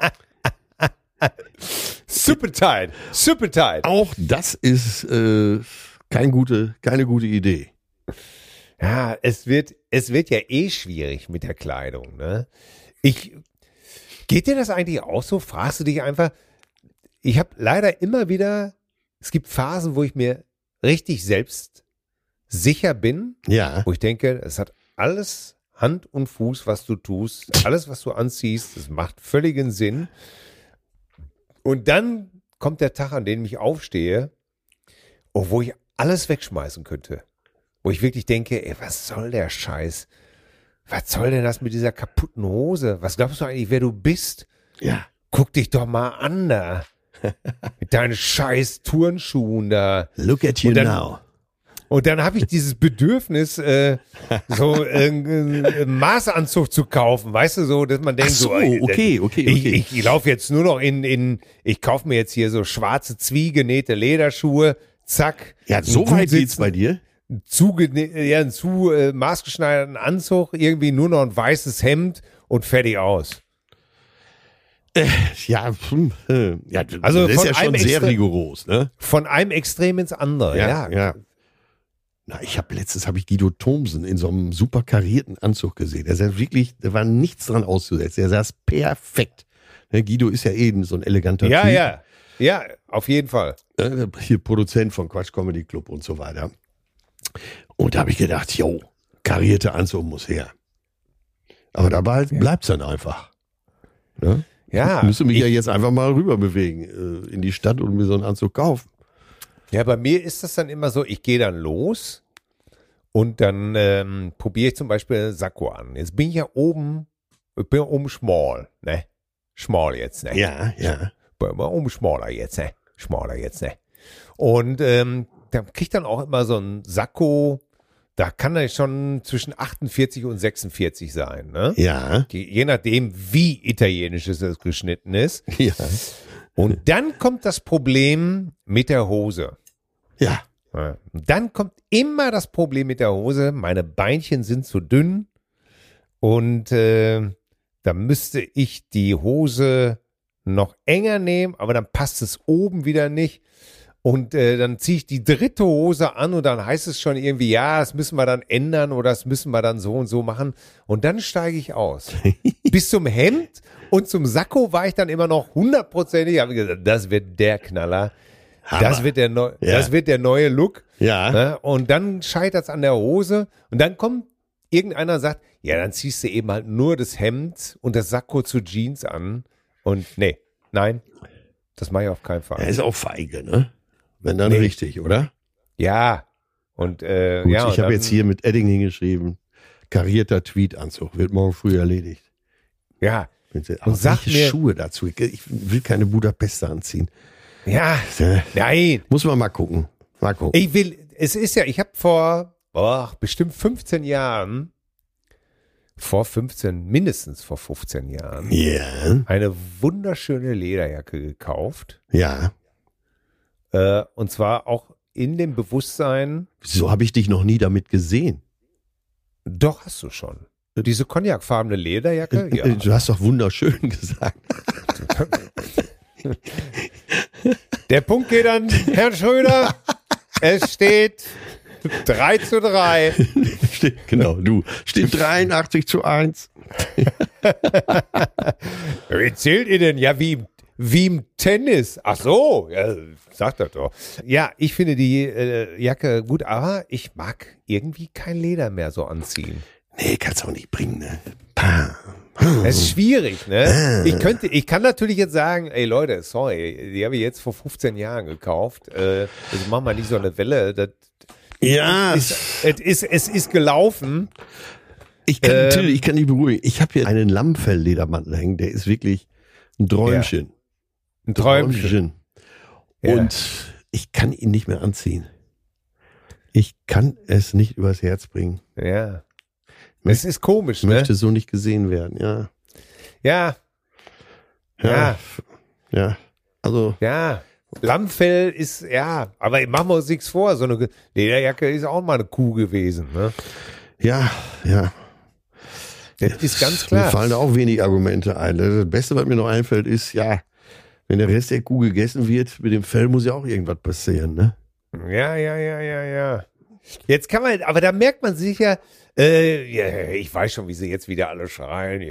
Super tight, super tight. Auch das ist keine gute Idee. Ja, es wird ja eh schwierig mit der Kleidung, ne? Geht dir das eigentlich auch so? Fragst du dich einfach? Ich habe leider immer wieder, es gibt Phasen, wo ich mir richtig selbst sicher bin, wo ich denke, es hat alles Hand und Fuß, was du tust, alles, was du anziehst, das macht völligen Sinn. Und dann kommt der Tag, an dem ich aufstehe, wo ich alles wegschmeißen könnte. Wo ich wirklich denke, ey, was soll der Scheiß? Was soll denn das mit dieser kaputten Hose? Was glaubst du eigentlich, wer du bist? Ja. Guck dich doch mal an da. Mit deinen scheiß Turnschuhen da. Look at you now. Und dann habe ich dieses Bedürfnis, so einen Maßanzug zu kaufen, weißt du, so, dass man denkt, okay. Ich laufe jetzt nur noch ich kaufe mir jetzt hier so schwarze zwiegenähte Lederschuhe, zack. Ja, so weit geht's bei dir? Einen maßgeschneiderten Anzug, irgendwie nur noch ein weißes Hemd und fertig aus. Ja, also das ist ja schon sehr rigoros, ne? Von einem Extrem ins andere, ja. Na, letztens habe ich Guido Thomsen in so einem super karierten Anzug gesehen. Da war nichts dran auszusetzen. Er saß perfekt. Ne, Guido ist ja so ein eleganter Typ. Ja, auf jeden Fall. Hier Produzent von Quatsch Comedy Club und so weiter. Und da habe ich gedacht, karierter Anzug muss her. Aber dabei bleibt's dann einfach. Ne? Ja. Ich müsste mich ja jetzt einfach mal rüber bewegen in die Stadt und mir so einen Anzug kaufen. Ja, bei mir ist das dann immer so, ich gehe dann los und dann probiere ich zum Beispiel Sakko an. Jetzt bin ich ja oben schmal, ne? Schmal jetzt, ne? Ja. Schmaler jetzt, ne? Und dann kriege ich dann auch immer so ein Sakko, da kann er schon zwischen 48 und 46 sein, ne? Ja. Je nachdem, wie italienisch es geschnitten ist. Ja. Und dann kommt das Problem mit der Hose. Ja. Dann kommt immer das Problem mit der Hose. Meine Beinchen sind zu dünn und da müsste ich die Hose noch enger nehmen, aber dann passt es oben wieder nicht. Und dann ziehe ich die dritte Hose an und dann heißt es schon irgendwie, ja, das müssen wir dann ändern oder das müssen wir dann so und so machen. Und dann steige ich aus. Bis zum Hemd und zum Sakko war ich dann immer noch 100%. Habe gesagt, das wird der Knaller. Das wird der neue Look. Ja. Ne? Und dann scheitert es an der Hose. Und dann kommt irgendeiner und sagt, ja, dann ziehst du eben halt nur das Hemd und das Sakko zu Jeans an. Und nein, das mache ich auf keinen Fall. Er ist auch feige, ne? Wenn dann richtig, oder? Ja. Und Gut, ich habe jetzt hier mit Edding hingeschrieben, karierter Tweedanzug, wird morgen früh erledigt. Ja. Und sag mir Schuhe dazu. Ich will keine Budapester anziehen. Ja. Nein. Muss man mal gucken. Ich habe vor bestimmt 15 Jahren, mindestens vor 15 Jahren, eine wunderschöne Lederjacke gekauft. Ja. Und zwar auch in dem Bewusstsein. Wieso habe ich dich noch nie damit gesehen? Doch, hast du schon. Diese cognacfarbene Lederjacke? Ja. Du hast doch wunderschön gesagt. Der Punkt geht an Herrn Schröder. Es steht 3:3. Genau, du. Steht 83:1. Wie zählt ihr denn? Ja, wie im Tennis. Ach so, ja, sagt das doch. Ja, ich finde die Jacke gut, aber ich mag irgendwie kein Leder mehr so anziehen. Nee, kannst auch nicht bringen, ne? Das ist schwierig, ne? Ich kann natürlich jetzt sagen, ey Leute, sorry, die habe ich jetzt vor 15 Jahren gekauft. Also mach mal nicht so eine Welle. Es ist gelaufen. Ich kann dich beruhigen. Ich habe hier einen Lammfell-Ledermantel hängen, der ist wirklich ein Träumchen. Ja. Ein Träumchen. Und ich kann ihn nicht mehr anziehen. Ich kann es nicht übers Herz bringen. Ja. Es ist komisch, ne? Möchte so nicht gesehen werden, ja. Ja. Ja. Also. Ja. Lammfell ist, aber machen wir uns nichts vor. So eine Lederjacke ist auch mal eine Kuh gewesen, ne? Ja. Das ist ganz klar. Mir fallen auch wenig Argumente ein. Das Beste, was mir noch einfällt, ist, wenn der Rest der Kuh gegessen wird, mit dem Fell muss ja auch irgendwas passieren, ne? Ja. Jetzt kann man, aber da merkt man sicher, ich weiß schon, wie sie jetzt wieder alle schreien,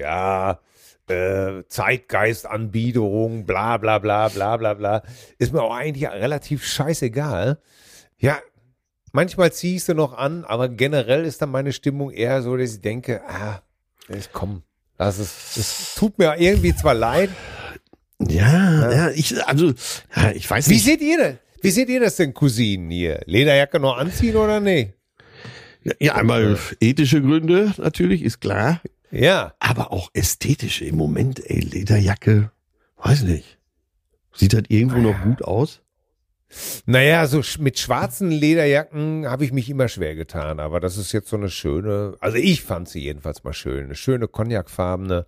Zeitgeistanbiederung, bla bla bla bla bla bla. Ist mir auch eigentlich relativ scheißegal. Ja, manchmal ziehe ich sie noch an, aber generell ist dann meine Stimmung eher so, dass ich denke, komm, es tut mir irgendwie zwar leid. Ja, ich weiß nicht. Wie seht ihr das denn, Cousinen hier? Lederjacke noch anziehen oder nee? Ja, einmal ethische Gründe natürlich, ist klar. Ja. Aber auch ästhetische im Moment, Lederjacke, weiß nicht. Sieht das irgendwo noch gut aus? Naja, so mit schwarzen Lederjacken habe ich mich immer schwer getan, aber das ist jetzt so eine schöne, also ich fand sie jedenfalls mal schön, eine schöne cognacfarbene,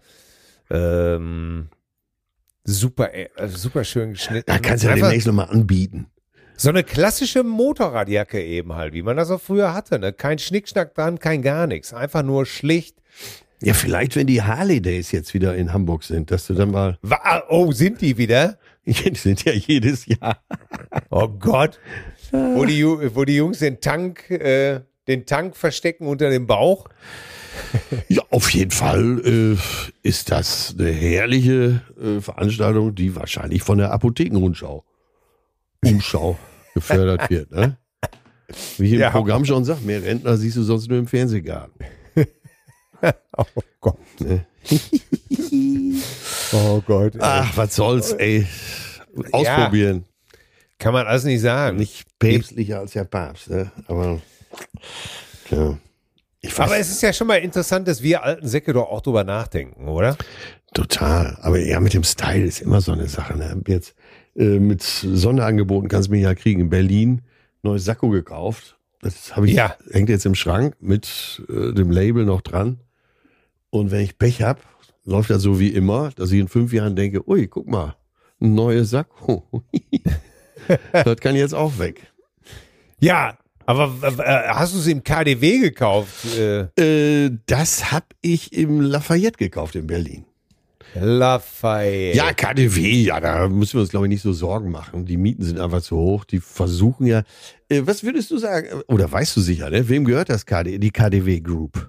super schön geschnitten. Da kannst du ja demnächst nochmal anbieten. So eine klassische Motorradjacke eben halt, wie man das auch früher hatte, ne? Kein Schnickschnack dran, kein gar nichts, einfach nur schlicht. Ja, vielleicht, wenn die Harley Days jetzt wieder in Hamburg sind, dass du dann mal... Oh, sind die wieder? Die sind ja jedes Jahr. Oh Gott. Wo die Jungs den Tank verstecken unter dem Bauch. Ja, auf jeden Fall ist das eine herrliche Veranstaltung, die wahrscheinlich von der Apothekenumschau gefördert wird. Ne? Wie ich im Programm schon sagt, mehr Rentner siehst du sonst nur im Fernsehgarten. Oh Gott. Ne? Oh Gott. Ach, was soll's, ey. Ausprobieren. Kann man alles nicht sagen. Nicht päpstlicher als der Papst, ne? Aber ja. Aber es ist ja schon mal interessant, dass wir alten Säcke doch auch drüber nachdenken, oder? Total. Aber ja, mit dem Style ist immer so eine Sache. Ne? Jetzt mit Sonderangeboten kannst du mich ja kriegen. In Berlin neues Sakko gekauft. Das habe ich, hängt jetzt im Schrank mit dem Label noch dran. Und wenn ich Pech habe, läuft das so wie immer, dass ich in 5 Jahren denke, ui, guck mal, ein neues Sakko. Das kann jetzt auch weg. Ja, aber hast du es im KaDeWe gekauft? Das habe ich im Lafayette gekauft in Berlin. Lafayette. Ja, KaDeWe, da müssen wir uns, glaube ich, nicht so Sorgen machen. Die Mieten sind einfach zu hoch. Die versuchen ja. Was würdest du sagen? Oder weißt du sicher, ne? Wem gehört das die KaDeWe Group?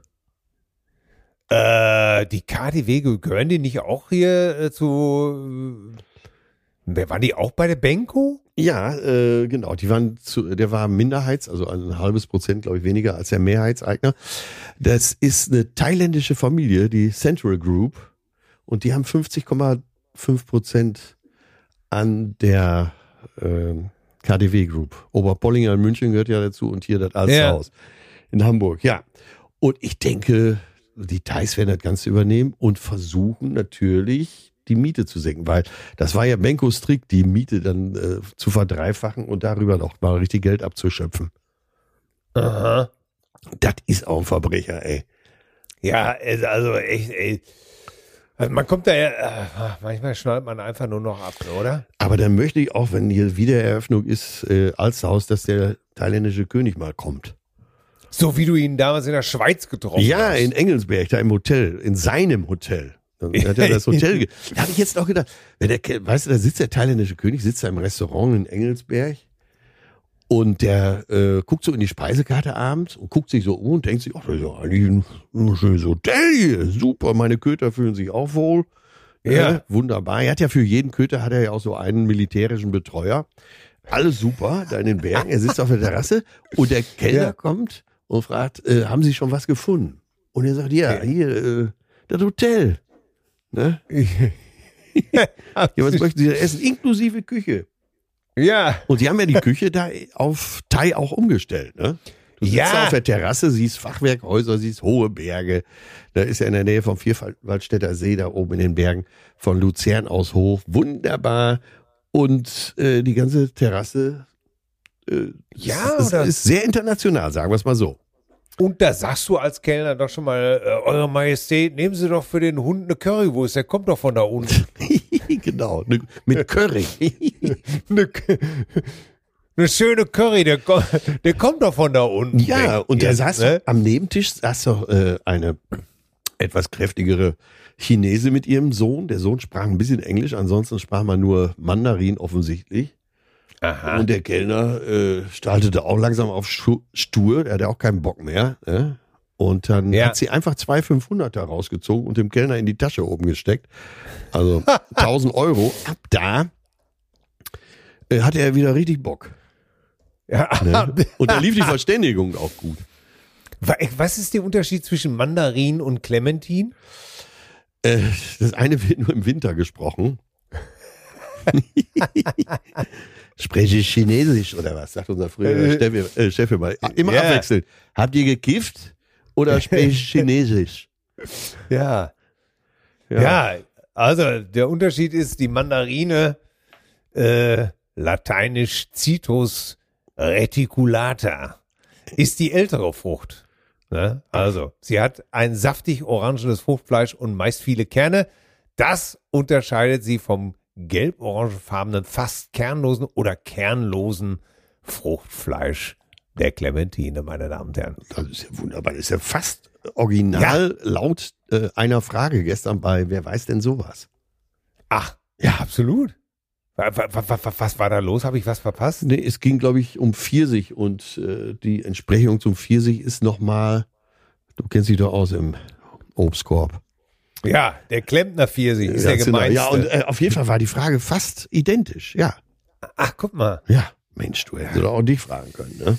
Die KaDeWe, gehören die nicht auch hier zu. Waren die auch bei der Benko? Ja, genau. Der war also 0,5%, glaube ich, weniger als der Mehrheitseigner. Das ist eine thailändische Familie, die Central Group. Und die haben 50,5% an der KaDeWe Group. Oberpollinger in München gehört ja dazu und hier das Alsterhaus in Hamburg. Ja. Und ich denke, die Thais werden das Ganze übernehmen und versuchen natürlich die Miete zu senken, weil das war ja Benkos Trick, die Miete dann zu verdreifachen und darüber noch mal richtig Geld abzuschöpfen. Aha. Das ist auch ein Verbrecher, ey. Ja, also echt, ey. Also man kommt da ja, manchmal schnallt man einfach nur noch ab, oder? Aber dann möchte ich auch, wenn hier Wiedereröffnung ist, Alsterhaus, dass der thailändische König mal kommt. So wie du ihn damals in der Schweiz getroffen hast. Ja, in Engelsberg, da im Hotel, in seinem Hotel. Dann hat er das Hotel. Da habe ich jetzt auch gedacht, weißt du, da sitzt der thailändische König, sitzt da im Restaurant in Engelsberg und der guckt so in die Speisekarte abends und guckt sich so um und denkt sich, ach, das ist ja eigentlich ein schönes Hotel hier. Super, meine Köter fühlen sich auch wohl. Ja, wunderbar. Er hat ja für jeden Köter hat er ja auch so einen militärischen Betreuer. Alles super, da in den Bergen. Er sitzt auf der Terrasse und der Kellner kommt und fragt, haben Sie schon was gefunden? Und er sagt, ja, hier, das Hotel. Ne? Ja, was möchten Sie denn essen? Inklusive Küche. Ja. Und die haben ja die Küche da auf Thai auch umgestellt. Ne? Du sitzt da auf der Terrasse, siehst Fachwerkhäuser, siehst hohe Berge. Da ist ja in der Nähe vom Vierwaldstätter See, da oben in den Bergen, von Luzern aus hoch. Wunderbar. Und die ganze Terrasse ist sehr international, sagen wir es mal so. Und da sagst du als Kellner doch schon mal, Eure Majestät, nehmen Sie doch für den Hund eine Currywurst, der kommt doch von da unten. Genau, mit Curry. Eine schöne Curry, der kommt doch von da unten. Ja, und der saß am Nebentisch, saß doch eine etwas kräftigere Chinese mit ihrem Sohn. Der Sohn sprach ein bisschen Englisch, ansonsten sprach man nur Mandarin offensichtlich. Aha. Und der Kellner startete auch langsam auf stur, der hatte auch keinen Bock mehr. Und dann hat sie einfach 2 500er rausgezogen und dem Kellner in die Tasche oben gesteckt. Also 1.000 Euro. Ab da hatte er wieder richtig Bock. Ja. Ne? Und da lief die Verständigung auch gut. Was ist der Unterschied zwischen Mandarin und Clementin? Das eine wird nur im Winter gesprochen. Spreche ich Chinesisch oder was? Sagt unser früherer Chef immer. Immer abwechselnd. Habt ihr gekifft oder spreche ich Chinesisch? Ja, also der Unterschied ist, die Mandarine, lateinisch Citrus reticulata, ist die ältere Frucht. Ne? Also, sie hat ein saftig orangenes Fruchtfleisch und meist viele Kerne. Das unterscheidet sie vom gelb-orangefarbenen, fast kernlosen oder kernlosen Fruchtfleisch der Clementine, meine Damen und Herren. Das ist ja wunderbar. Das ist ja fast original laut einer Frage gestern bei Wer weiß denn sowas? Ach, ja, absolut. Was war da los? Habe ich was verpasst? Nee, es ging, glaube ich, um Pfirsich und die Entsprechung zum Pfirsich ist nochmal, du kennst dich doch aus im Obstkorb. Ja, der Klempner Pfirsich ist der gemeinste. Ja, und auf jeden Fall war die Frage fast identisch, ja. Ach, guck mal. Ja, Mensch, du hättest doch auch dich fragen können, ne?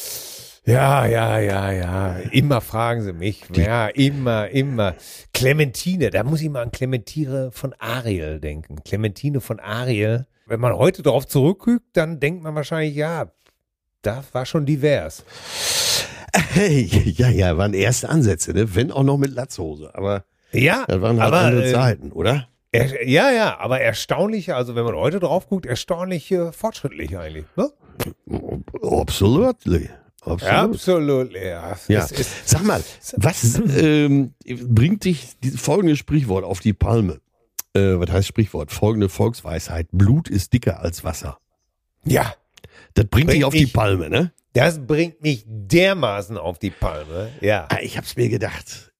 Ja. Immer fragen sie mich. Ja, immer. Clementine, da muss ich mal an Clementine von Ariel denken. Clementine von Ariel. Wenn man heute darauf zurückguckt, dann denkt man wahrscheinlich, ja, da war schon divers. Hey, ja, waren erste Ansätze, ne? Wenn auch noch mit Latzhose, aber ja, das waren halt andere Zeiten, oder? Aber erstaunlich, also wenn man heute drauf guckt, erstaunlich fortschrittlich eigentlich, ne? Absolut. Absolut, ja. Sag mal, was bringt dich folgendes Sprichwort auf die Palme? Was heißt Sprichwort? Folgende Volksweisheit. Blut ist dicker als Wasser. Ja. Das bringt dich auf die Palme, ne? Das bringt mich dermaßen auf die Palme, ja. Ich hab's mir gedacht.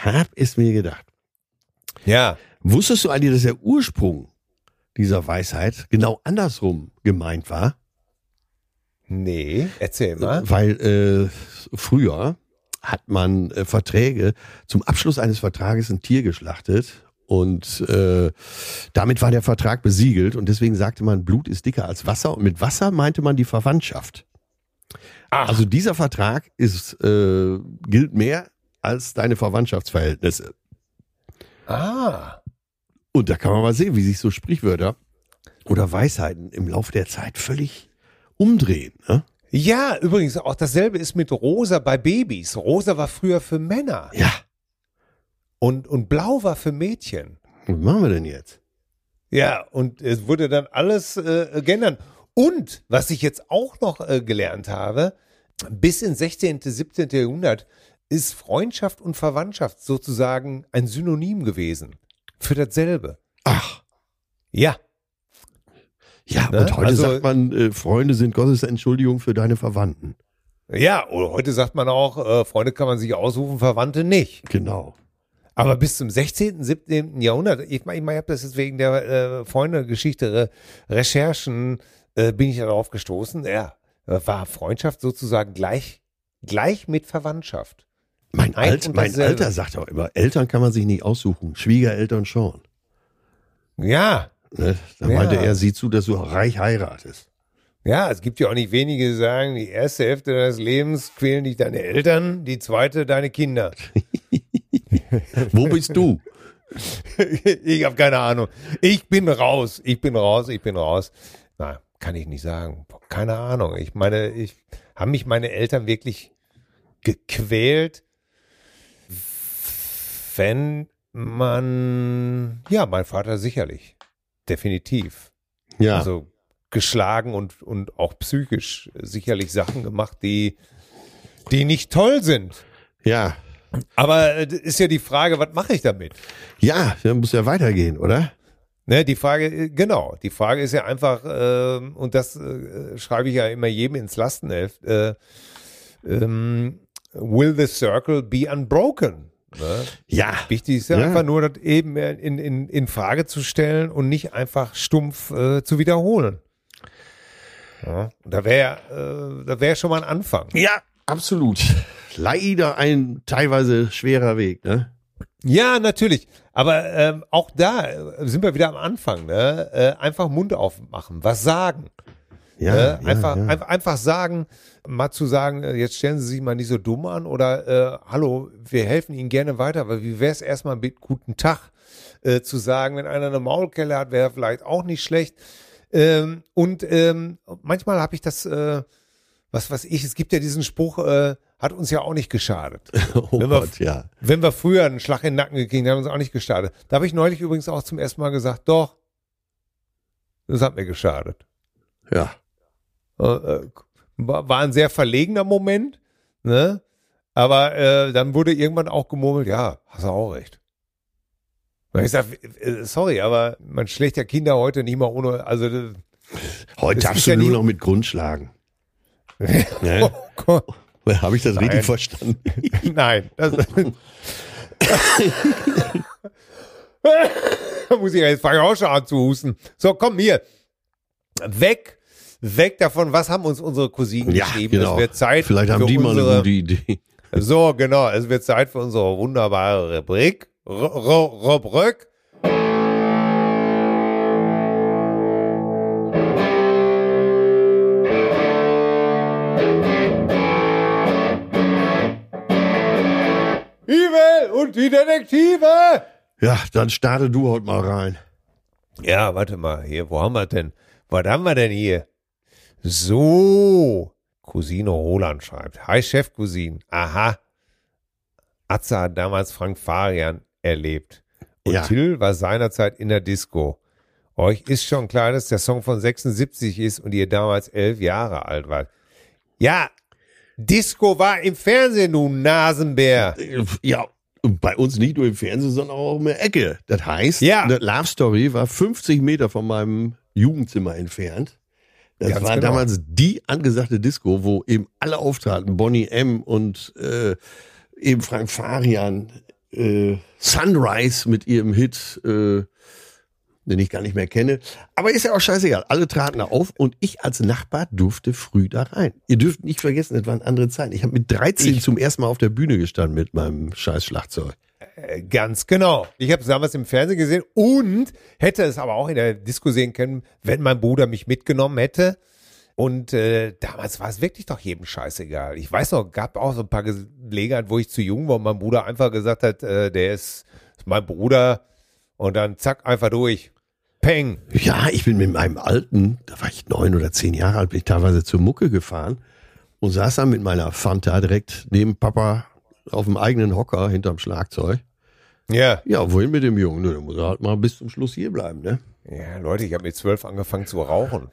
Ja. Wusstest du eigentlich, dass der Ursprung dieser Weisheit genau andersrum gemeint war? Nee, erzähl mal. Weil früher hat man Verträge, zum Abschluss eines Vertrages ein Tier geschlachtet und damit war der Vertrag besiegelt und deswegen sagte man, Blut ist dicker als Wasser und mit Wasser meinte man die Verwandtschaft. Ach. Also dieser Vertrag gilt mehr als deine Verwandtschaftsverhältnisse. Und da kann man mal sehen, wie sich so Sprichwörter oder Weisheiten im Laufe der Zeit völlig umdrehen. Ne? Ja, übrigens auch dasselbe ist mit Rosa bei Babys. Rosa war früher für Männer. Ja. Und Blau war für Mädchen. Was machen wir denn jetzt? Ja, und es wurde dann alles geändert. Und was ich jetzt auch noch gelernt habe, bis ins 16., 17. Jahrhundert ist Freundschaft und Verwandtschaft sozusagen ein Synonym gewesen für dasselbe. Ach. Ja. Ja, ne? Und heute sagt man, Freunde sind Gottes Entschuldigung für deine Verwandten. Ja, oder heute sagt man auch, Freunde kann man sich aussuchen, Verwandte nicht. Genau. Aber bis zum 16., 17. Jahrhundert, ich habe das jetzt wegen der Freunde-Geschichte, Recherchen, bin ich darauf gestoßen, ja, war Freundschaft sozusagen gleich mit Verwandtschaft. Mein Alter sagt auch immer, Eltern kann man sich nicht aussuchen, Schwiegereltern schon. Ja. Ne? Da meinte er, sieh zu, dass du reich heiratest. Ja, es gibt ja auch nicht wenige, die sagen, die erste Hälfte deines Lebens quälen dich deine Eltern, die zweite deine Kinder. Wo bist du? Ich habe keine Ahnung. Ich bin raus. Na, kann ich nicht sagen. Keine Ahnung. Ich meine, haben mich meine Eltern wirklich gequält, wenn man, ja, mein Vater sicherlich. Definitiv. Ja. Also geschlagen und auch psychisch sicherlich Sachen gemacht, die nicht toll sind. Ja. Aber ist ja die Frage, was mache ich damit? Ja, dann muss ja weitergehen, oder? Ne, die Frage ist ja einfach, und das schreibe ich ja immer jedem ins Lastenheft, will the circle be unbroken? Ne? Ja. Wichtig ist ja einfach nur, das eben in Frage zu stellen und nicht einfach stumpf zu wiederholen. Ja, da wäre schon mal ein Anfang. Ja, absolut. Leider ein teilweise schwerer Weg, ne? Ja, natürlich. Aber auch da sind wir wieder am Anfang. Ne? Einfach Mund aufmachen, was sagen. Ja, einfach sagen, mal zu sagen, jetzt stellen Sie sich mal nicht so dumm an oder hallo, wir helfen Ihnen gerne weiter, aber wie wäre es erstmal mit guten Tag zu sagen, wenn einer eine Maulkelle hat, wäre vielleicht auch nicht schlecht. Und manchmal habe ich das, es gibt ja diesen Spruch, hat uns ja auch nicht geschadet. Wenn wir früher einen Schlag in den Nacken gekriegt haben, hat uns auch nicht geschadet. Da habe ich neulich übrigens auch zum ersten Mal gesagt, doch, das hat mir geschadet. Ja. War ein sehr verlegener Moment, ne? Aber dann wurde irgendwann auch gemurmelt, ja, hast du auch recht. Und ich sag, sorry, aber man schlägt ja Kinder heute nicht mal ohne, also heute darfst du nur noch mit Grund schlagen. Ne? Oh Gott. Habe ich das richtig verstanden? Nein. Da muss ich jetzt fange ich auch schon an zu husten. So, komm hier. Weg davon. Was haben uns unsere Cousinen geschrieben? Genau. Es wird Zeit Vielleicht haben die mal eine gute Idee. So, genau. Es wird Zeit für unsere wunderbare Rubrik. Rubrik. Evil und die Detektive. Ja, dann starte du heute mal rein. Ja, warte mal, hier, wo haben wir denn? Was haben wir denn hier? So, Cousine Roland schreibt. Hi, Chefcousine. Aha. Atze hat damals Frank Farian erlebt. Und Till war seinerzeit in der Disco. Euch ist schon klar, dass der Song von 76 ist und ihr damals 11 Jahre alt wart. Ja, Disco war im Fernsehen, du Nasenbär. Ja, bei uns nicht nur im Fernsehen, sondern auch in der Ecke. Das heißt, eine Love Story war 50 Meter von meinem Jugendzimmer entfernt. Das war damals die angesagte Disco, wo eben alle auftraten. Bonnie M. und eben Frank Farian, Sunrise mit ihrem Hit, den ich gar nicht mehr kenne. Aber ist ja auch scheißegal. Alle traten da auf und ich als Nachbar durfte früh da rein. Ihr dürft nicht vergessen, das waren andere Zeiten. Ich habe mit 13 zum ersten Mal auf der Bühne gestanden mit meinem scheiß Schlagzeug. Ganz genau. Ich habe es damals im Fernsehen gesehen und hätte es aber auch in der Disco sehen können, wenn mein Bruder mich mitgenommen hätte. Und damals war es wirklich doch jedem scheißegal. Ich weiß noch, gab auch so ein paar Gelegenheiten, wo ich zu jung war und mein Bruder einfach gesagt hat, der ist mein Bruder. Und dann zack, einfach durch. Peng. Ja, ich bin mit meinem Alten, da war ich 9 oder 10 Jahre alt, bin ich teilweise zur Mucke gefahren und saß dann mit meiner Fanta direkt neben Papa auf dem eigenen Hocker hinterm Schlagzeug. Ja. Ja, wohin mit dem Jungen? Da muss er halt mal bis zum Schluss hier bleiben, ne? Ja, Leute, ich habe mit 12 angefangen zu rauchen.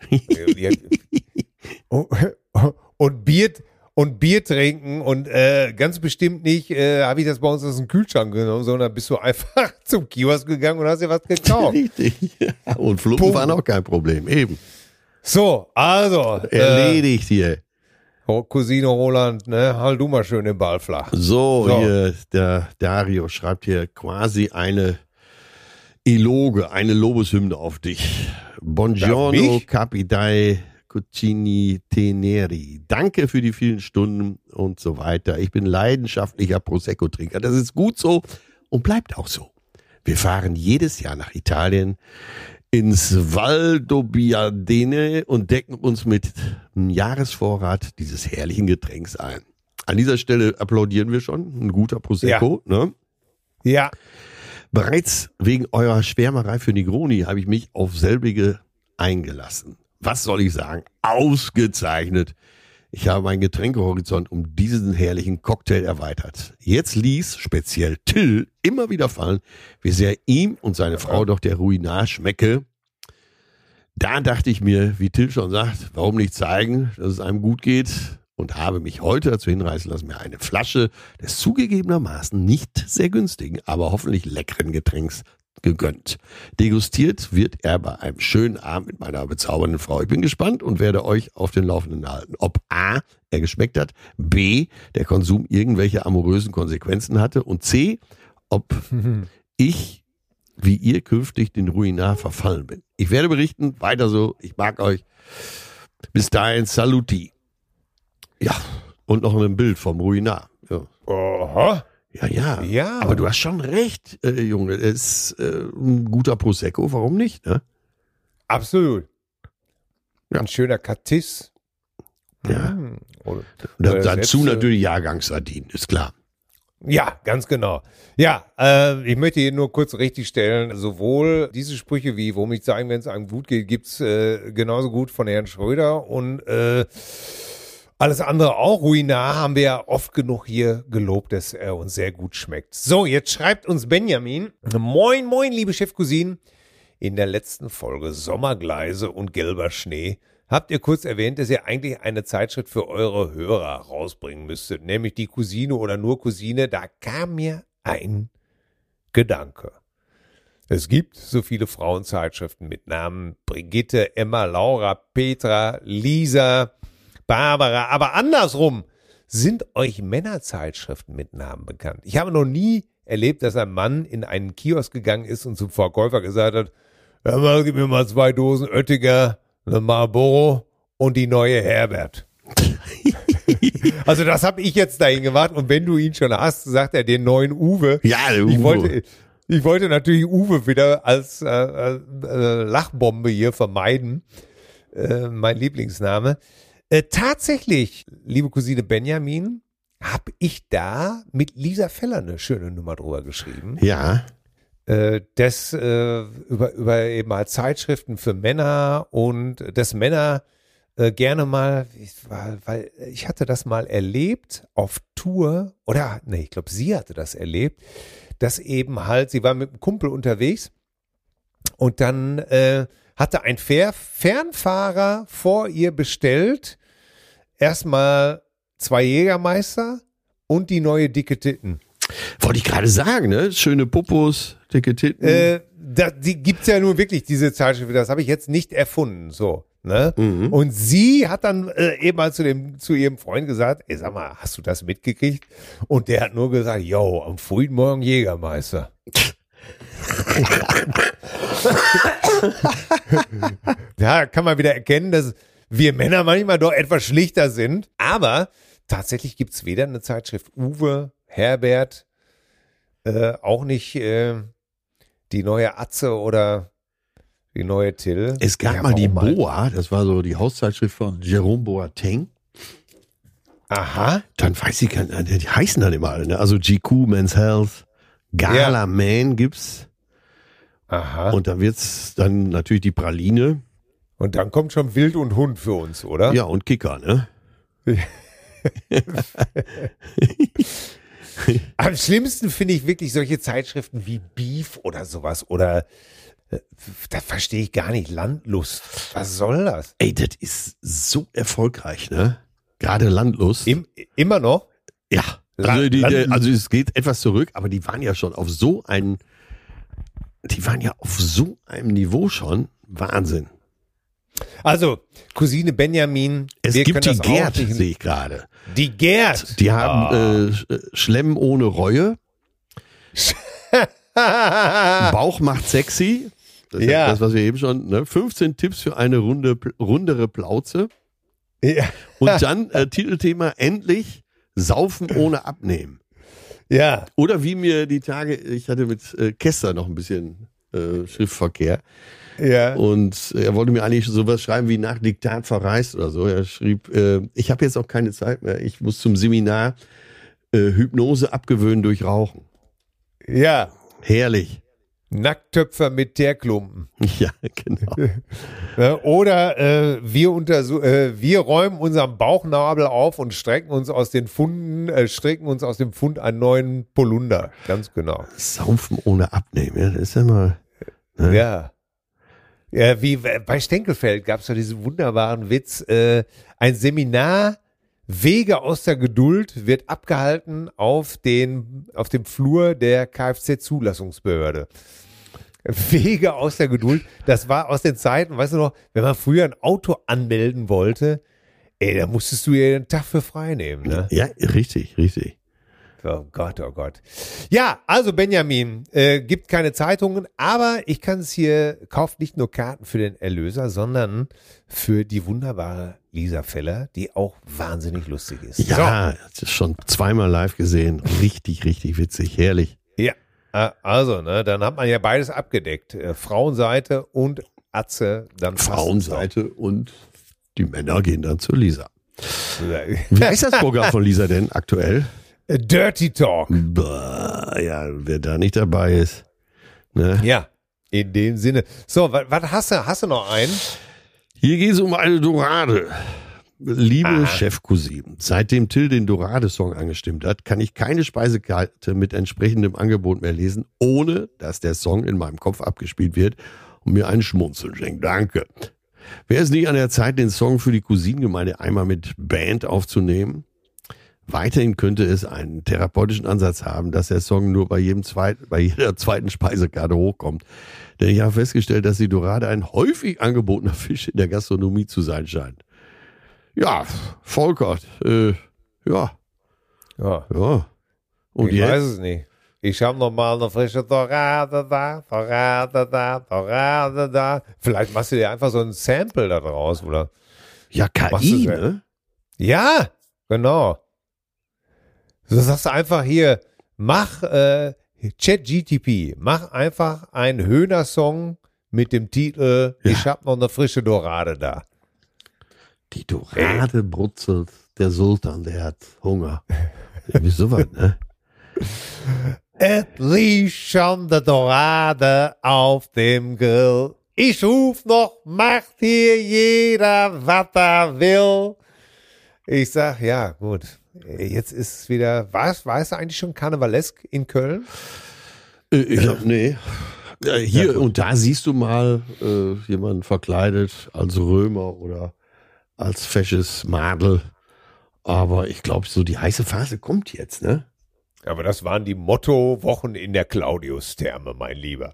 Und Bier trinken und ganz bestimmt nicht habe ich das bei uns aus dem Kühlschrank genommen, sondern bist du einfach zum Kiosk gegangen und hast dir was gekauft. Richtig. Ja, und Fluppen waren auch kein Problem, eben. So, also. Erledigt hier. Cousine Roland, ne, halt du mal schön den Ball flach. So, hier, der Dario schreibt hier quasi eine Eloge, eine Lobeshymne auf dich. Buongiorno, Capitai Cucini Teneri. Danke für die vielen Stunden und so weiter. Ich bin leidenschaftlicher Prosecco-Trinker. Das ist gut so und bleibt auch so. Wir fahren jedes Jahr nach Italien ins Valdobbiadene und decken uns mit einem Jahresvorrat dieses herrlichen Getränks ein. An dieser Stelle applaudieren wir schon. Ein guter Prosecco, ne? Ja. Bereits wegen eurer Schwärmerei für Negroni habe ich mich auf selbige eingelassen. Was soll ich sagen? Ausgezeichnet. Ich habe meinen Getränkehorizont um diesen herrlichen Cocktail erweitert. Jetzt ließ speziell Till immer wieder fallen, wie sehr ihm und seine Frau doch der Ruinage schmecke. Da dachte ich mir, wie Till schon sagt, warum nicht zeigen, dass es einem gut geht? Und habe mich heute dazu hinreißen lassen, mir eine Flasche des zugegebenermaßen nicht sehr günstigen, aber hoffentlich leckeren Getränks gegönnt. Degustiert wird er bei einem schönen Abend mit meiner bezaubernden Frau. Ich bin gespannt und werde euch auf den Laufenden halten. Ob A, er geschmeckt hat, B, der Konsum irgendwelche amorösen Konsequenzen hatte und C, ob ich, wie ihr, künftig den Ruinar verfallen bin. Ich werde berichten, weiter so, ich mag euch. Bis dahin, saluti. Ja, und noch ein Bild vom Ruinar. Ja. Aha. Ja. Aber du hast schon recht, Junge. Es ist ein guter Prosecco, warum nicht, ne? Absolut. Ja. Ein schöner Catis. Ja. Oder Dazu natürlich Jahrgangssardinen, ist klar. Ja, ganz genau. Ja, ich möchte hier nur kurz richtigstellen, sowohl diese Sprüche wie, worum ich sagen, wenn es einem gut geht, gibt's genauso gut von Herrn Schröder und alles andere auch. Ruinar haben wir ja oft genug hier gelobt, dass er uns sehr gut schmeckt. So, jetzt schreibt uns Benjamin. Moin, moin, liebe Chefcousinen. In der letzten Folge Sommergleise und gelber Schnee habt ihr kurz erwähnt, dass ihr eigentlich eine Zeitschrift für eure Hörer rausbringen müsstet, nämlich die Cousine oder nur Cousine. Da kam mir ein Gedanke. Es gibt so viele Frauenzeitschriften mit Namen Brigitte, Emma, Laura, Petra, Lisa, Barbara, aber andersrum, sind euch Männerzeitschriften mit Namen bekannt? Ich habe noch nie erlebt, dass ein Mann in einen Kiosk gegangen ist und zum Verkäufer gesagt hat, hör mal, gib mir mal 2 Dosen Oettinger, eine Marlboro und die neue Herbert. Also das habe ich jetzt dahin gemacht und wenn du ihn schon hast, sagt er den neuen Uwe. Ja, der Uwe. Ich wollte natürlich Uwe wieder als Lachbombe hier vermeiden, mein Lieblingsname. Tatsächlich, liebe Cousine Benjamin, habe ich da mit Lisa Feller eine schöne Nummer drüber geschrieben. Ja. Das über eben mal Zeitschriften für Männer und dass Männer gerne mal, weil ich hatte das mal erlebt auf Tour, ich glaube, sie hatte das erlebt, dass eben halt, sie war mit einem Kumpel unterwegs und dann hatte ein Fernfahrer vor ihr bestellt, erstmal 2 Jägermeister und die neue dicke Titten. Wollte ich gerade sagen, ne? Schöne Popos, dicke Titten. Die gibt's ja nun wirklich, diese Zeitschrift, das habe ich jetzt nicht erfunden, so. Ne? Mhm. Und sie hat dann eben mal zu ihrem Freund gesagt, ey, sag mal, hast du das mitgekriegt? Und der hat nur gesagt, yo, am frühen Morgen Jägermeister. Da kann man wieder erkennen, dass wir Männer manchmal doch etwas schlichter sind. Aber tatsächlich gibt's weder eine Zeitschrift Uwe, Herbert, auch nicht die neue Atze oder die neue Till. Es gab mal die Boa, das war so die Hauszeitschrift von Jerome Boateng. Aha. Dann weiß ich gar nicht, die heißen dann immer alle, ne? Also GQ, Men's Health, Gala Man gibt's. Aha. Und dann wird's dann natürlich die Praline. Und dann kommt schon Wild und Hund für uns, oder? Ja, und Kicker, ne? Am schlimmsten finde ich wirklich solche Zeitschriften wie Beef oder sowas oder das verstehe ich gar nicht. Landlust. Was soll das? Ey, das ist so erfolgreich, ne? Gerade Landlust. Immer noch? Ja. Also es geht etwas zurück, aber die waren ja schon auf so einem Niveau schon. Wahnsinn. Also, Cousine Benjamin. Es gibt die Gerd, sehe ich gerade. Die Gerd. Die haben Schlemmen ohne Reue. Bauch macht sexy. Das ist das, was wir eben schon, ne? 15 Tipps für eine rundere Plauze. Ja. Und dann Titelthema endlich Saufen ohne Abnehmen. Ja. Oder wie mir die Tage, ich hatte mit Kester noch ein bisschen Schriftverkehr. Ja. Und er wollte mir eigentlich sowas schreiben wie nach Diktat verreist oder so. Er schrieb, ich habe jetzt auch keine Zeit mehr. Ich muss zum Seminar Hypnose abgewöhnen durch Rauchen. Ja. Herrlich. Nacktöpfer mit Teerklumpen. Ja, genau. Oder wir räumen unseren Bauchnabel auf und stricken uns aus dem Fund einen neuen Polunder. Ganz genau. Saufen ohne Abnehmen, ja, das ist ja mal. Ne? Ja. Ja, wie bei Stenkelfeld gab es ja diesen wunderbaren Witz. Ein Seminar Wege aus der Geduld wird abgehalten auf dem Flur der Kfz-Zulassungsbehörde. Wege aus der Geduld. Das war aus den Zeiten, weißt du noch, wenn man früher ein Auto anmelden wollte, da musstest du ja den Tag für frei nehmen, ne? Ja, richtig. Oh Gott, oh Gott. Ja, also Benjamin, gibt keine Zeitungen, aber ich kann es hier, kauft nicht nur Karten für den Erlöser, sondern für die wunderbare Lisa Feller, die auch wahnsinnig lustig ist. Ja, das ist schon zweimal live gesehen. Richtig witzig, herrlich. Ja, also, ne, dann hat man ja beides abgedeckt. Frauenseite und Atze. Dann Frauenseite und die Männer gehen dann zu Lisa. Wie heißt das Programm von Lisa denn aktuell? Dirty Talk. Bah, ja, wer da nicht dabei ist. Ne? Ja, in dem Sinne. So, was hast du? Hast du noch einen? Hier geht es um eine Dorade. Liebe Chefcousine, seitdem Till den Dorade-Song angestimmt hat, kann ich keine Speisekarte mit entsprechendem Angebot mehr lesen, ohne dass der Song in meinem Kopf abgespielt wird und mir einen Schmunzeln schenkt. Danke. Wäre es nicht an der Zeit, den Song für die Cousinengemeinde einmal mit Band aufzunehmen? Weiterhin könnte es einen therapeutischen Ansatz haben, dass der Song nur bei jeder zweiten Speisekarte hochkommt. Denn ich habe festgestellt, dass die Dorade ein häufig angebotener Fisch in der Gastronomie zu sein scheint. Ja, Volkert, ja. Und Ich jetzt? weiß es nicht. Ich habe noch mal eine frische Dorade da. Vielleicht machst du dir einfach so ein Sample da draus, oder? Ja, KI, ne? Ja, genau. Du sagst einfach hier, mach ChatGTP, mach einfach einen Höhner-Song mit dem Titel Ich hab noch eine frische Dorade da. Die Dorade brutzelt, der Sultan, der hat Hunger. Wie sowas, ne? Es liegt schon der Dorade auf dem Grill. Ich ruf noch, macht hier jeder, was er will. Ich sag, ja, gut. Jetzt ist es wieder, war es eigentlich schon karnevalesk in Köln? Nee. Hier und da siehst du mal jemanden verkleidet als Römer oder als fesches Madel. Aber ich glaube, so die heiße Phase kommt jetzt, ne? Aber das waren die Motto-Wochen in der Claudius-Therme, mein Lieber.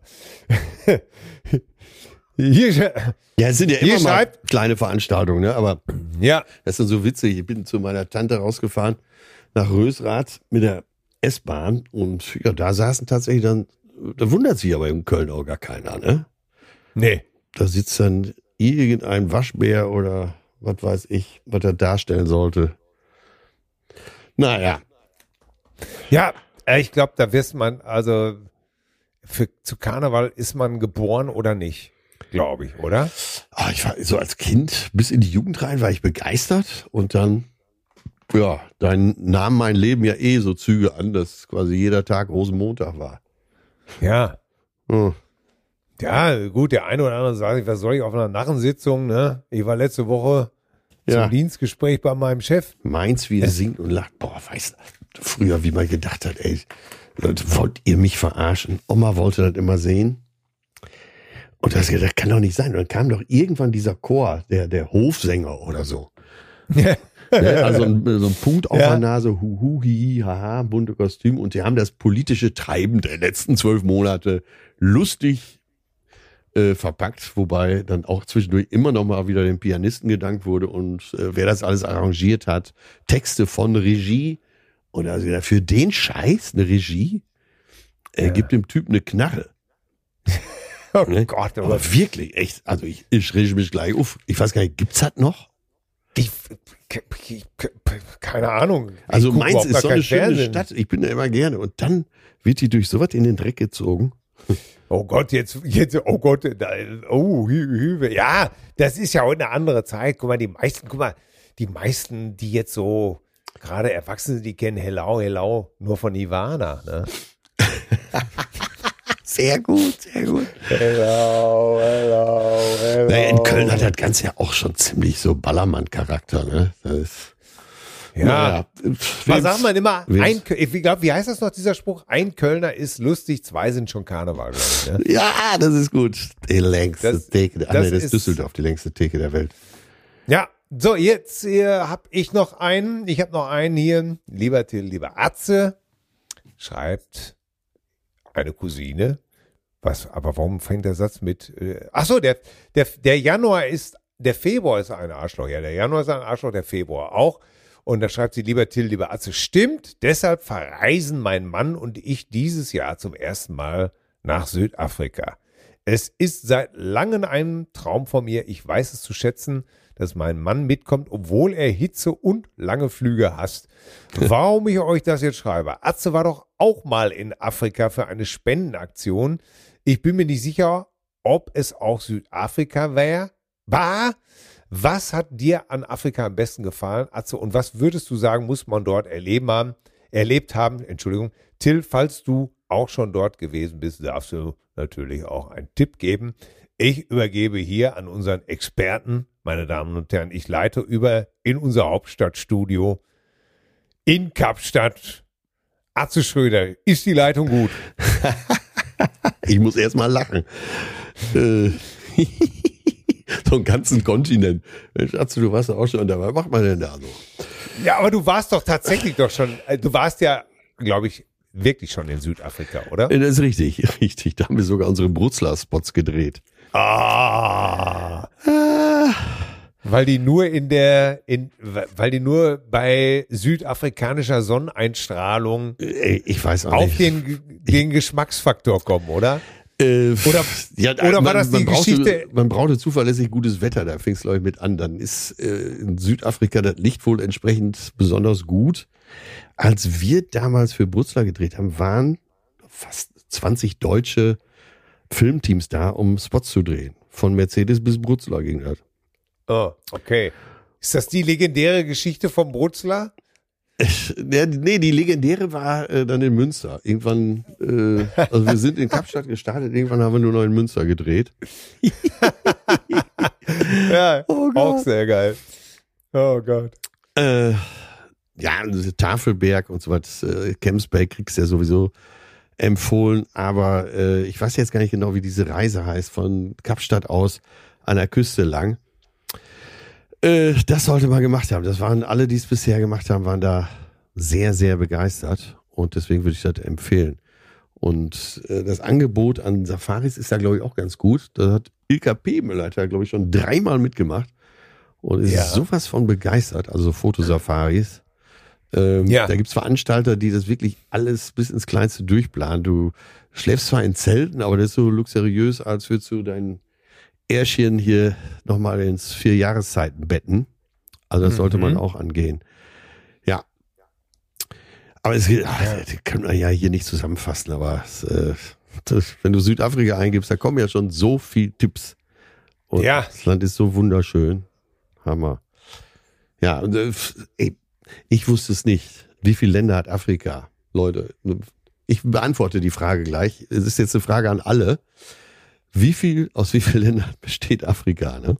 Es sind ja immer mal kleine Veranstaltungen, ne? Aber ja, das ist dann so witzig. Ich bin zu meiner Tante rausgefahren nach Rösrath mit der S-Bahn und ja, da saßen tatsächlich dann, da wundert sich aber in Köln auch gar keiner, ne? Nee. Da sitzt dann irgendein Waschbär oder was weiß ich, was er darstellen sollte. Naja. Ja, ich glaube, da wirst man, also zu Karneval ist man geboren oder nicht, glaube ich, oder? Ich war so als Kind bis in die Jugend rein, war ich begeistert und dann, ja, dann nahm mein Leben ja so Züge an, dass quasi jeder Tag Rosenmontag war. Ja. Hm. Ja, gut, der eine oder andere sagt, was soll ich auf einer Narrensitzung, ne? Ich war letzte Woche zum Dienstgespräch bei meinem Chef. Meins, wie er singt und lacht. Boah, weißt du, früher, wie man gedacht hat, ey, Leute, wollt ihr mich verarschen? Oma wollte das immer sehen. Und das kann doch nicht sein. Und dann kam doch irgendwann dieser Chor, der Hofsänger oder so. Ja, also so ein Punkt auf der Nase, hu, hi, haha, bunte Kostüm. Und die haben das politische Treiben der letzten 12 Monate lustig verpackt, wobei dann auch zwischendurch immer noch mal wieder dem Pianisten gedankt wurde und wer das alles arrangiert hat, Texte von Regie und also für den Scheiß eine Regie, gibt dem Typ eine Knarre. Oh Gott, aber wirklich, echt, also ich rege mich gleich auf. Ich weiß gar nicht, gibt's das noch? Keine Ahnung. Also Mainz ist so eine schöne Stadt, ich bin da immer gerne und dann wird die durch sowas in den Dreck gezogen. Oh Gott, jetzt, oh Gott, ja, das ist ja heute eine andere Zeit. Guck mal, die meisten, die jetzt so gerade Erwachsene, die kennen Hello nur von Nirvana, ne? Sehr gut, sehr gut. Hello. Naja, in Köln hat das Ganze ja auch schon ziemlich so Ballermann-Charakter, ne? Das ist, ja. Was sagt man immer? Wie heißt das noch, dieser Spruch? Ein Kölner ist lustig, 2 sind schon Karneval, glaube ich, ne? Ja, das ist gut. Die längste Theke. Das ist Düsseldorf, die längste Theke der Welt. Ja, so, jetzt habe ich noch einen. Ich habe noch einen hier. Lieber Till, lieber Atze, schreibt eine Cousine. Was, aber warum fängt der Satz mit, achso, der Februar ist ein Arschloch. Ja, der Januar ist ein Arschloch, der Februar auch. Und da schreibt sie, lieber Till, lieber Atze, stimmt, deshalb verreisen mein Mann und ich dieses Jahr zum ersten Mal nach Südafrika. Es ist seit langem ein Traum von mir. Ich weiß es zu schätzen, dass mein Mann mitkommt, obwohl er Hitze und lange Flüge hasst. Warum ich euch das jetzt schreibe? Atze war doch auch mal in Afrika für eine Spendenaktion. Ich bin mir nicht sicher, ob es auch Südafrika war. Was hat dir an Afrika am besten gefallen, Atze? Und was würdest du sagen, muss man dort erlebt haben? Till, falls du auch schon dort gewesen bist, darfst du natürlich auch einen Tipp geben. Ich übergebe hier an unseren Experten, meine Damen und Herren. Ich leite über in unser Hauptstadtstudio in Kapstadt. Atze Schröder, ist die Leitung gut? Ich muss erst mal lachen. So einen ganzen Kontinent. Atze, du warst ja auch schon dabei. Was macht man denn da so? Ja, aber du warst doch tatsächlich schon, du warst ja, glaube ich, wirklich schon in Südafrika, oder? Das ist richtig. Da haben wir sogar unsere Brutzler-Spots gedreht. Weil die nur weil die nur bei südafrikanischer Sonneneinstrahlung ich weiß auch auf nicht. den Geschmacksfaktor kommen, oder? Oder war das die Geschichte? Man brauchte zuverlässig gutes Wetter, da fing es, glaube ich, mit an. Dann ist in Südafrika das Licht wohl entsprechend besonders gut. Als wir damals für Brutzler gedreht haben, waren fast 20 deutsche Filmteams da, um Spots zu drehen. Von Mercedes bis Brutzler ging das. Oh, okay. Ist das die legendäre Geschichte vom Brutzler? Nee, die legendäre war dann in Münster. Irgendwann, also wir sind in Kapstadt gestartet, irgendwann haben wir nur noch in Münster gedreht. Ja, auch sehr geil. Oh Gott. Ja, Tafelberg und so was, Camps Bay kriegst du ja sowieso empfohlen, aber ich weiß jetzt gar nicht genau, wie diese Reise heißt, von Kapstadt aus an der Küste lang. Das sollte man gemacht haben. Das waren alle, die es bisher gemacht haben, waren da sehr, sehr begeistert und deswegen würde ich das empfehlen. Und das Angebot an Safaris ist da, glaube ich, auch ganz gut. Da hat Ilka Pemel, glaube ich, schon 3-mal mitgemacht und ist sowas von begeistert, also Fotosafaris. Da gibt's Veranstalter, die das wirklich alles bis ins Kleinste durchplanen. Du schläfst zwar in Zelten, aber das ist so luxuriös, als würdest du dein Ärschchen hier nochmal ins 4 Jahreszeiten betten. Also das sollte man auch angehen. Ja. Aber das können wir ja hier nicht zusammenfassen, aber wenn du Südafrika eingibst, da kommen ja schon so viele Tipps. Und das Land ist so wunderschön. Hammer. Ja, und ich wusste es nicht. Wie viele Länder hat Afrika? Leute, ich beantworte die Frage gleich. Es ist jetzt eine Frage an alle. Aus wie vielen Ländern besteht Afrika, ne?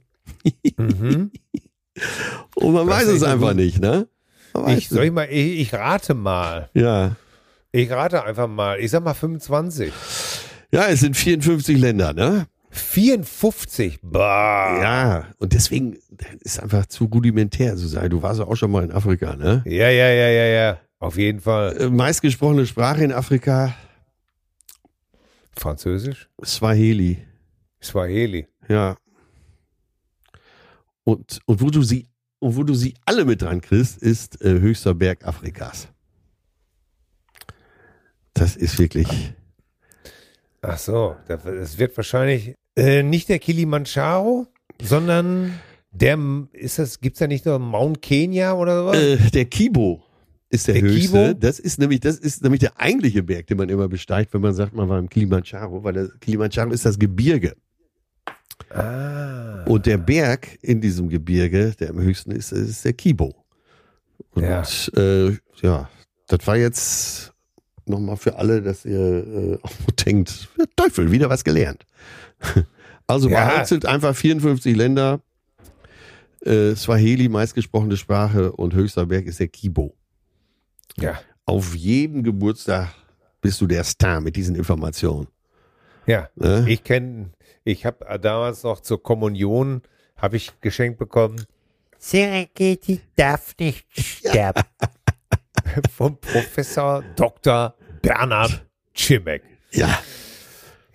Und man weiß es einfach nicht, ne? Ich rate mal. Ja. Ich rate einfach mal. Ich sag mal 25. Ja, es sind 54 Länder, ne? 54? Bah. Ja, und deswegen ist einfach zu rudimentär zu sein. Du warst ja auch schon mal in Afrika, ne? Ja. Auf jeden Fall. Meistgesprochene Sprache in Afrika? Französisch? Swahili. Ja. Und wo du sie alle mit dran kriegst, ist höchster Berg Afrikas. Das ist wirklich. Ach so, das wird wahrscheinlich nicht der Kilimanjaro, sondern gibt's da nicht noch Mount Kenya oder sowas? Der Kibo ist der höchste. Kibo? Das ist nämlich der eigentliche Berg, den man immer besteigt, wenn man sagt, man war im Kilimanjaro, weil der Kilimanjaro ist das Gebirge. Und der Berg in diesem Gebirge, der am höchsten ist der Kibo. Und das war jetzt nochmal für alle, dass ihr auch denkt, Teufel, wieder was gelernt. Also beeinzelt einfach 54 Länder, Swahili, meistgesprochene Sprache und höchster Berg ist der Kibo. Ja. Auf jedem Geburtstag bist du der Star mit diesen Informationen. Ja, ich habe damals noch zur Kommunion, habe ich geschenkt bekommen, Serengeti darf nicht sterben. Vom Professor Dr. Bernhard Czimek. Ja.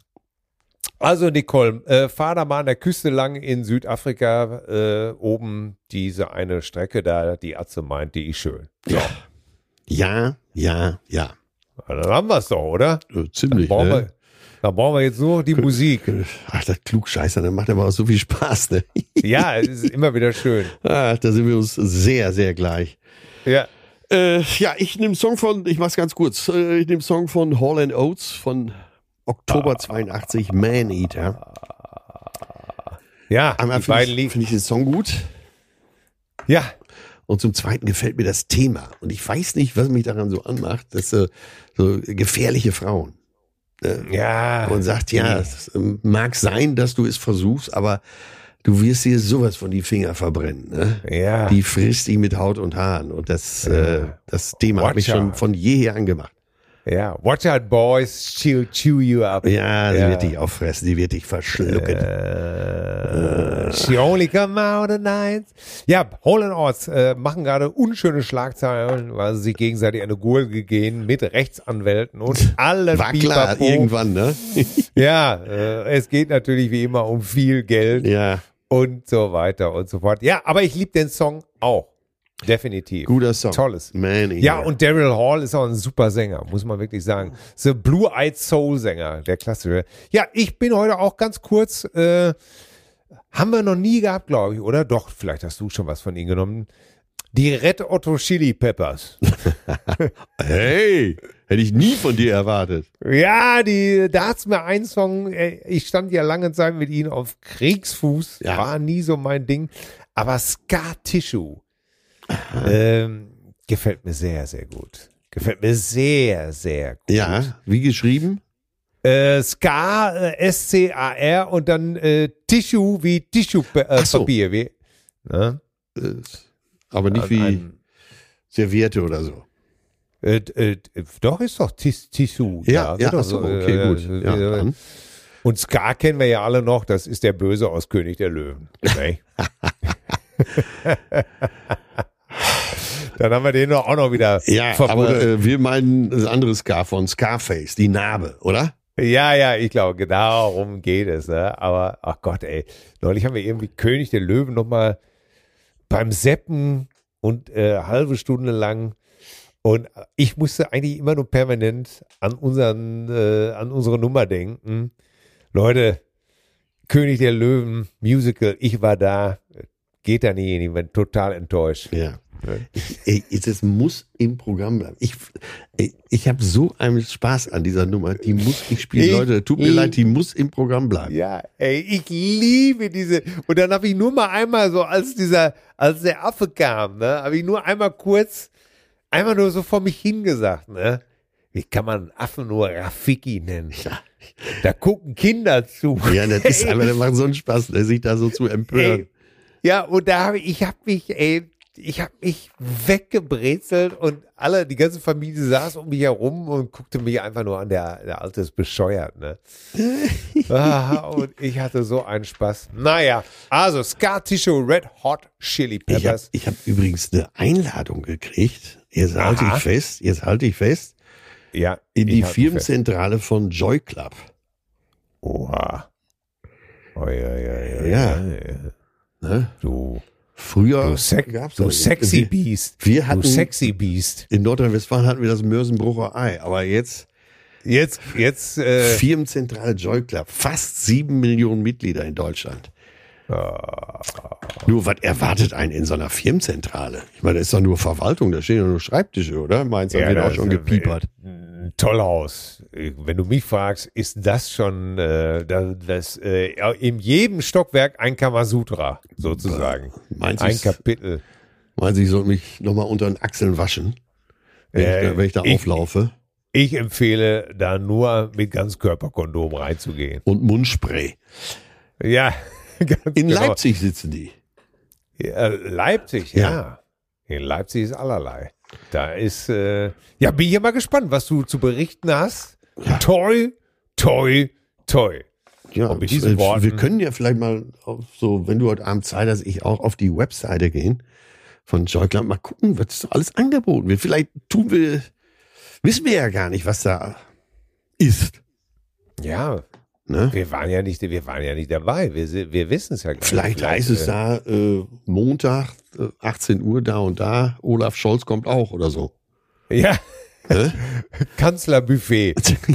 Also Nicole, fahr da mal an der Küste lang in Südafrika, oben diese eine Strecke da, die Atze meint, die ist schön. So. Ja. Dann haben wir es doch, oder? Ziemlich, Da brauchen wir jetzt nur die Musik. Ach, das Klugscheißer, der macht aber auch so viel Spaß, ne? Ja, es ist immer wieder schön. Ach, da sind wir uns sehr, sehr gleich. Ja. Ich nehme ich mach's ganz kurz. Ich nehme Song von Hall & Oates von Oktober 82, Man Eater. Ja, Einmal finde ich den Song gut. Ja. Und zum Zweiten gefällt mir das Thema. Und ich weiß nicht, was mich daran so anmacht. Das so gefährliche Frauen. Ja. Und sagt, es mag sein, dass du es versuchst, aber du wirst dir sowas von die Finger verbrennen. Ne? Ja. Die frisst dich mit Haut und Haaren. Und das Thema hat mich schon von jeher angemacht. Ja, watch out, boys, she'll chew you up. Ja, sie wird dich auffressen, sie wird dich verschlucken. She only come out at night. Ja, Hall & Oates machen gerade unschöne Schlagzeilen, weil sie sich gegenseitig eine Gurgel gehen mit Rechtsanwälten und allen War klar, irgendwann, ne? Ja, es geht natürlich wie immer um viel Geld und so weiter und so fort. Ja, aber ich liebe den Song auch. Definitiv. Guter Song. Tolles. Man, ja, und Daryl Hall ist auch ein super Sänger, muss man wirklich sagen. The Blue-Eyed Soul-Sänger, der klassische. Ja, ich bin heute auch ganz kurz, haben wir noch nie gehabt, glaube ich, oder? Doch, vielleicht hast du schon was von ihnen genommen. Die Red Otto Chili Peppers. Hey, hätte ich nie von dir erwartet. Ja, da hat's mir einen Song, ich stand ja lange Zeit mit ihnen auf Kriegsfuß, war nie so mein Ding, aber Scar Tissue. Gefällt mir sehr, sehr gut. Gefällt mir sehr, sehr gut. Ja, wie geschrieben? Scar, S-C-A-R und dann Tissue wie Tissue-Papier. Wie, ne? Aber nicht wie Serviette oder so. Doch, ist doch Tissue. Ja, achso, okay, gut. Ja, und Scar kennen wir ja alle noch, das ist der Böse aus König der Löwen. Okay. Dann haben wir den auch noch wieder verbunden. Aber wir meinen das andere Scar von Scarface, die Narbe, oder? Ja, ich glaube, genau darum geht es. Ne? Aber, ach Gott, ey, neulich haben wir irgendwie König der Löwen nochmal beim Seppen und halbe Stunde lang. Und ich musste eigentlich immer nur permanent an unsere Nummer denken. Leute, König der Löwen, Musical, ich war da. Geht da nie, ich bin total enttäuscht. Ja. Es muss im Programm bleiben. Ich habe so einen Spaß an dieser Nummer. Die muss ich spielen. Leute, tut mir leid, die muss im Programm bleiben. Ja, ich liebe diese. Und dann habe ich nur mal einmal so, als der Affe kam, ne, habe ich nur einmal kurz, einmal nur so vor mich hingesagt, ne. Wie kann man einen Affen nur Rafiki nennen? Ja. Da gucken Kinder zu. Ja, das ist einfach, das macht so einen Spaß, sich da so zu empören. Ja, und da habe ich habe mich weggebrezelt und die ganze Familie saß um mich herum und guckte mich einfach nur an, der Alte ist bescheuert, ne? Und ich hatte so einen Spaß. Naja, also Scar Tissue Red Hot Chili Peppers. Ich hab übrigens eine Einladung gekriegt. Jetzt halte ich fest. Ja. In die Firmenzentrale von Joy Club. Oha. Oh, ja. Ne? Früher gab's du sexy Beast. Du sexy Beast. In Nordrhein-Westfalen hatten wir das Mörsenbrucher Ei, aber jetzt Firmenzentrale Joy Club, fast 7 Millionen Mitglieder in Deutschland. Nur was erwartet einen in so einer Firmenzentrale? Ich meine, das ist doch nur Verwaltung, da stehen ja nur Schreibtische, oder? Meinst du, wird auch schon gepiepert? Tollhaus. Wenn du mich fragst, ist das schon in jedem Stockwerk ein Kamasutra, sozusagen. Ein Kapitel. Meinst du, ich soll mich nochmal unter den Achseln waschen, wenn ich da auflaufe? Ich empfehle da nur mit Ganzkörperkondom reinzugehen. Und Mundspray. Ja, ganz In genau. Leipzig sitzen die. Ja, Leipzig, ja. In Leipzig ist allerlei. Da ist, bin ich ja mal gespannt, was du zu berichten hast. Ja. Toi, toi, toi. Ja, Und mit diesen Worten. wir können ja vielleicht mal so, wenn du heute Abend Zeit hast, ich auch auf die Webseite gehen von Joyclub, mal gucken, was so alles angeboten wird. Vielleicht wissen wir ja gar nicht, was da ist. Ja, Ne? wir waren ja nicht dabei. Wir wissen es ja gar nicht. Vielleicht heißt es da Montag, 18 Uhr da und da, Olaf Scholz kommt auch oder so. Ja, Ne? Kanzlerbuffet.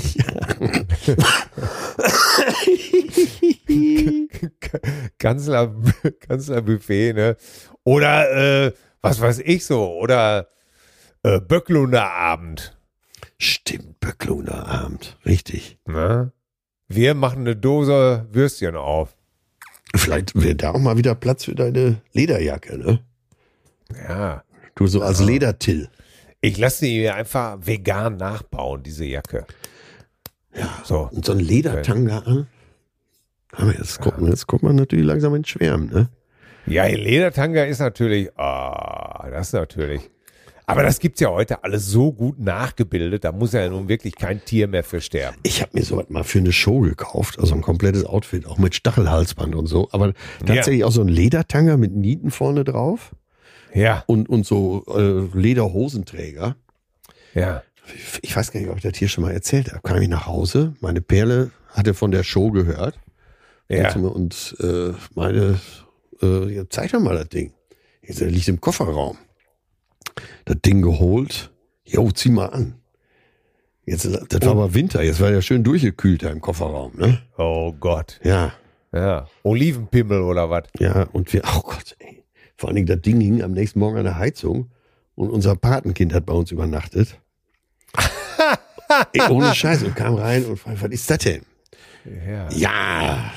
Kanzlerbuffet, ne? Oder was weiß ich so, oder Böcklunder Abend. Stimmt, Böcklunder Abend, richtig. Ne? Wir machen eine Dose Würstchen auf. Vielleicht wäre da auch mal wieder Platz für deine Lederjacke, ne? Ja. Du so als Ledertill. Ich lasse die mir einfach vegan nachbauen, diese Jacke. Ja, So. und so ein Ledertanga an. Aber jetzt kommt man natürlich langsam ins Schwärmen, ne? Ja, Ledertanga ist natürlich, das ist natürlich. Aber das gibt's ja heute alles so gut nachgebildet, da muss ja nun wirklich kein Tier mehr für sterben. Ich habe mir sowas mal für eine Show gekauft, also ein komplettes Outfit, auch mit Stachelhalsband und so. Aber tatsächlich auch so ein Ledertanga mit Nieten vorne drauf Ja, und so Lederhosenträger. ja. Ich weiß gar nicht, ob ich das hier schon mal erzählt habe. Kam ich nach Hause, meine Perle hatte von der Show gehört. Ja. Und meine, zeig doch mal das Ding. Jetzt liegt im Kofferraum. Das Ding geholt. Jo, zieh mal an. Jetzt, das war aber Winter. Jetzt war ja schön durchgekühlt da im Kofferraum, ne? Oh Gott. Ja, Ja. Olivenpimmel oder was? ja. Und oh Gott, ey. Vor allen Dingen, das Ding hing am nächsten Morgen an der Heizung. Und unser Patenkind hat bei uns übernachtet. Ey, ohne Scheiß. Und kam rein und fragte, was ist das denn? Ja. Ja.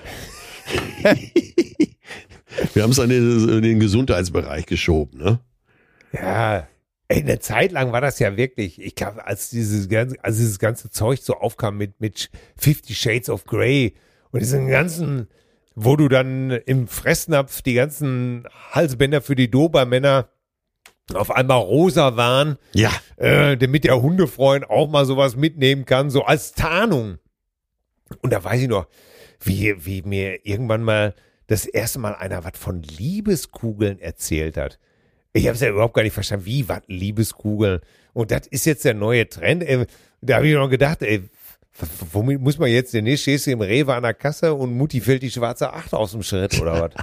Wir haben es in den Gesundheitsbereich geschoben, ne? Ja. Ey, eine Zeit lang war das ja wirklich, ich glaube, als dieses ganze Zeug so aufkam mit 50 Shades of Grey und diesen ganzen, wo du dann im Fressnapf die ganzen Halsbänder für die Dobermänner auf einmal rosa waren, Ja. damit der Hundefreund auch mal sowas mitnehmen kann, so als Tarnung. Und da weiß ich noch, wie mir irgendwann mal das erste Mal einer was von Liebeskugeln erzählt hat. Ich habe es ja überhaupt gar nicht verstanden, wie, was, Liebeskugeln? Und das ist jetzt der neue Trend. Da habe ich noch gedacht, womit muss man jetzt denn nicht? Stehst du im Rewe an der Kasse und Mutti fällt die schwarze 8 aus dem Schritt oder was?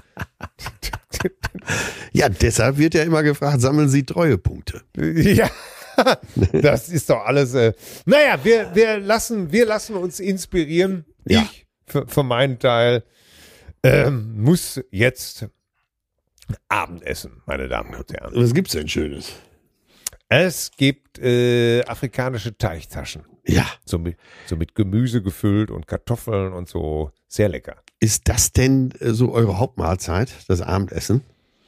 Ja, deshalb wird ja immer gefragt, sammeln Sie Treuepunkte. Ja, das ist doch alles. Naja, wir lassen uns inspirieren. Ja. Ich, für meinen Teil, muss jetzt Abendessen, meine Damen und Herren. Was gibt's denn Schönes? Es gibt afrikanische Teichtaschen. Ja. So mit Gemüse gefüllt und Kartoffeln und so. Sehr lecker. Ist das denn so eure Hauptmahlzeit, das Abendessen?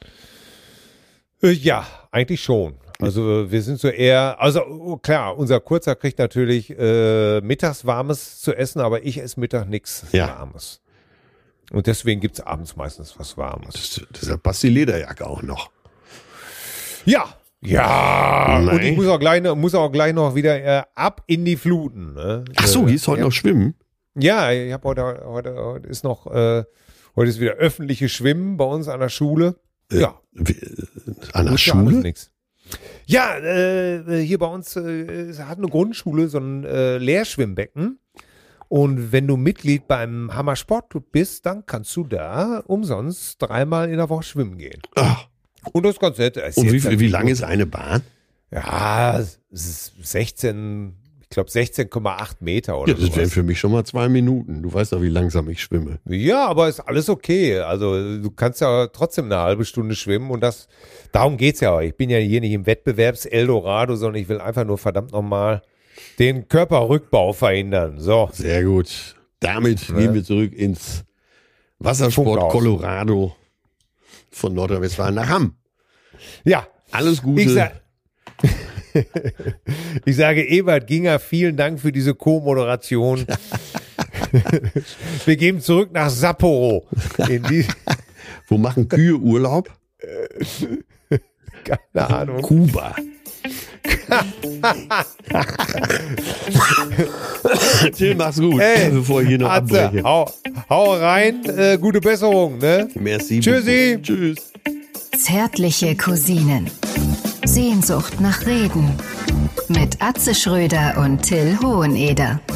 Ja, eigentlich schon. Also wir sind so eher, also klar, unser Kurzer kriegt natürlich mittags Warmes zu essen, aber ich esse Mittag nichts Warmes. Und deswegen gibt's abends meistens was Warmes. Deshalb passt die Lederjacke auch noch. Ja. Nein. Und ich muss auch gleich noch wieder ab in die Fluten. Ne? Ach so, gehst heute noch schwimmen? Ja, ich habe heute ist noch, heute ist wieder öffentliches Schwimmen bei uns an der Schule. Ja. An der Muss ja Schule? alles nix. Ja, hier bei uns hat eine Grundschule so ein Lehrschwimmbecken. Und wenn du Mitglied beim Hammer Sportclub bist, dann kannst du da umsonst 3-mal in der Woche schwimmen gehen. Ach. Und das ist ganz nett. Und wie lang ist eine Bahn? Ja, es ist 16,8 Meter oder Ja, das wären sowas. für mich schon mal 2 Minuten. Du weißt doch, wie langsam ich schwimme. Ja, aber ist alles okay. Also du kannst ja trotzdem eine halbe Stunde schwimmen und darum geht's ja. Ich bin ja hier nicht im Wettbewerbs-Eldorado, sondern ich will einfach nur verdammt nochmal den Körperrückbau verhindern. So. Sehr gut. Damit gehen wir zurück ins Wassersport Funkhaus. Colorado von Nordrhein-Westfalen nach Hamm. Ja, Alles Gute. ich sag, Ich sage Ebert Ginger, vielen Dank für diese Co-Moderation. Wir gehen zurück nach Sapporo. Wo machen Kühe Urlaub? Keine Ahnung. Kuba. Till, mach's gut, bevor ich hier noch abbreche. Hau rein, gute Besserung, ne? Merci. Tschüssi. Tschüss. Zärtliche Cousinen. Sehnsucht nach Reden. Mit Atze Schröder und Till Hoheneder.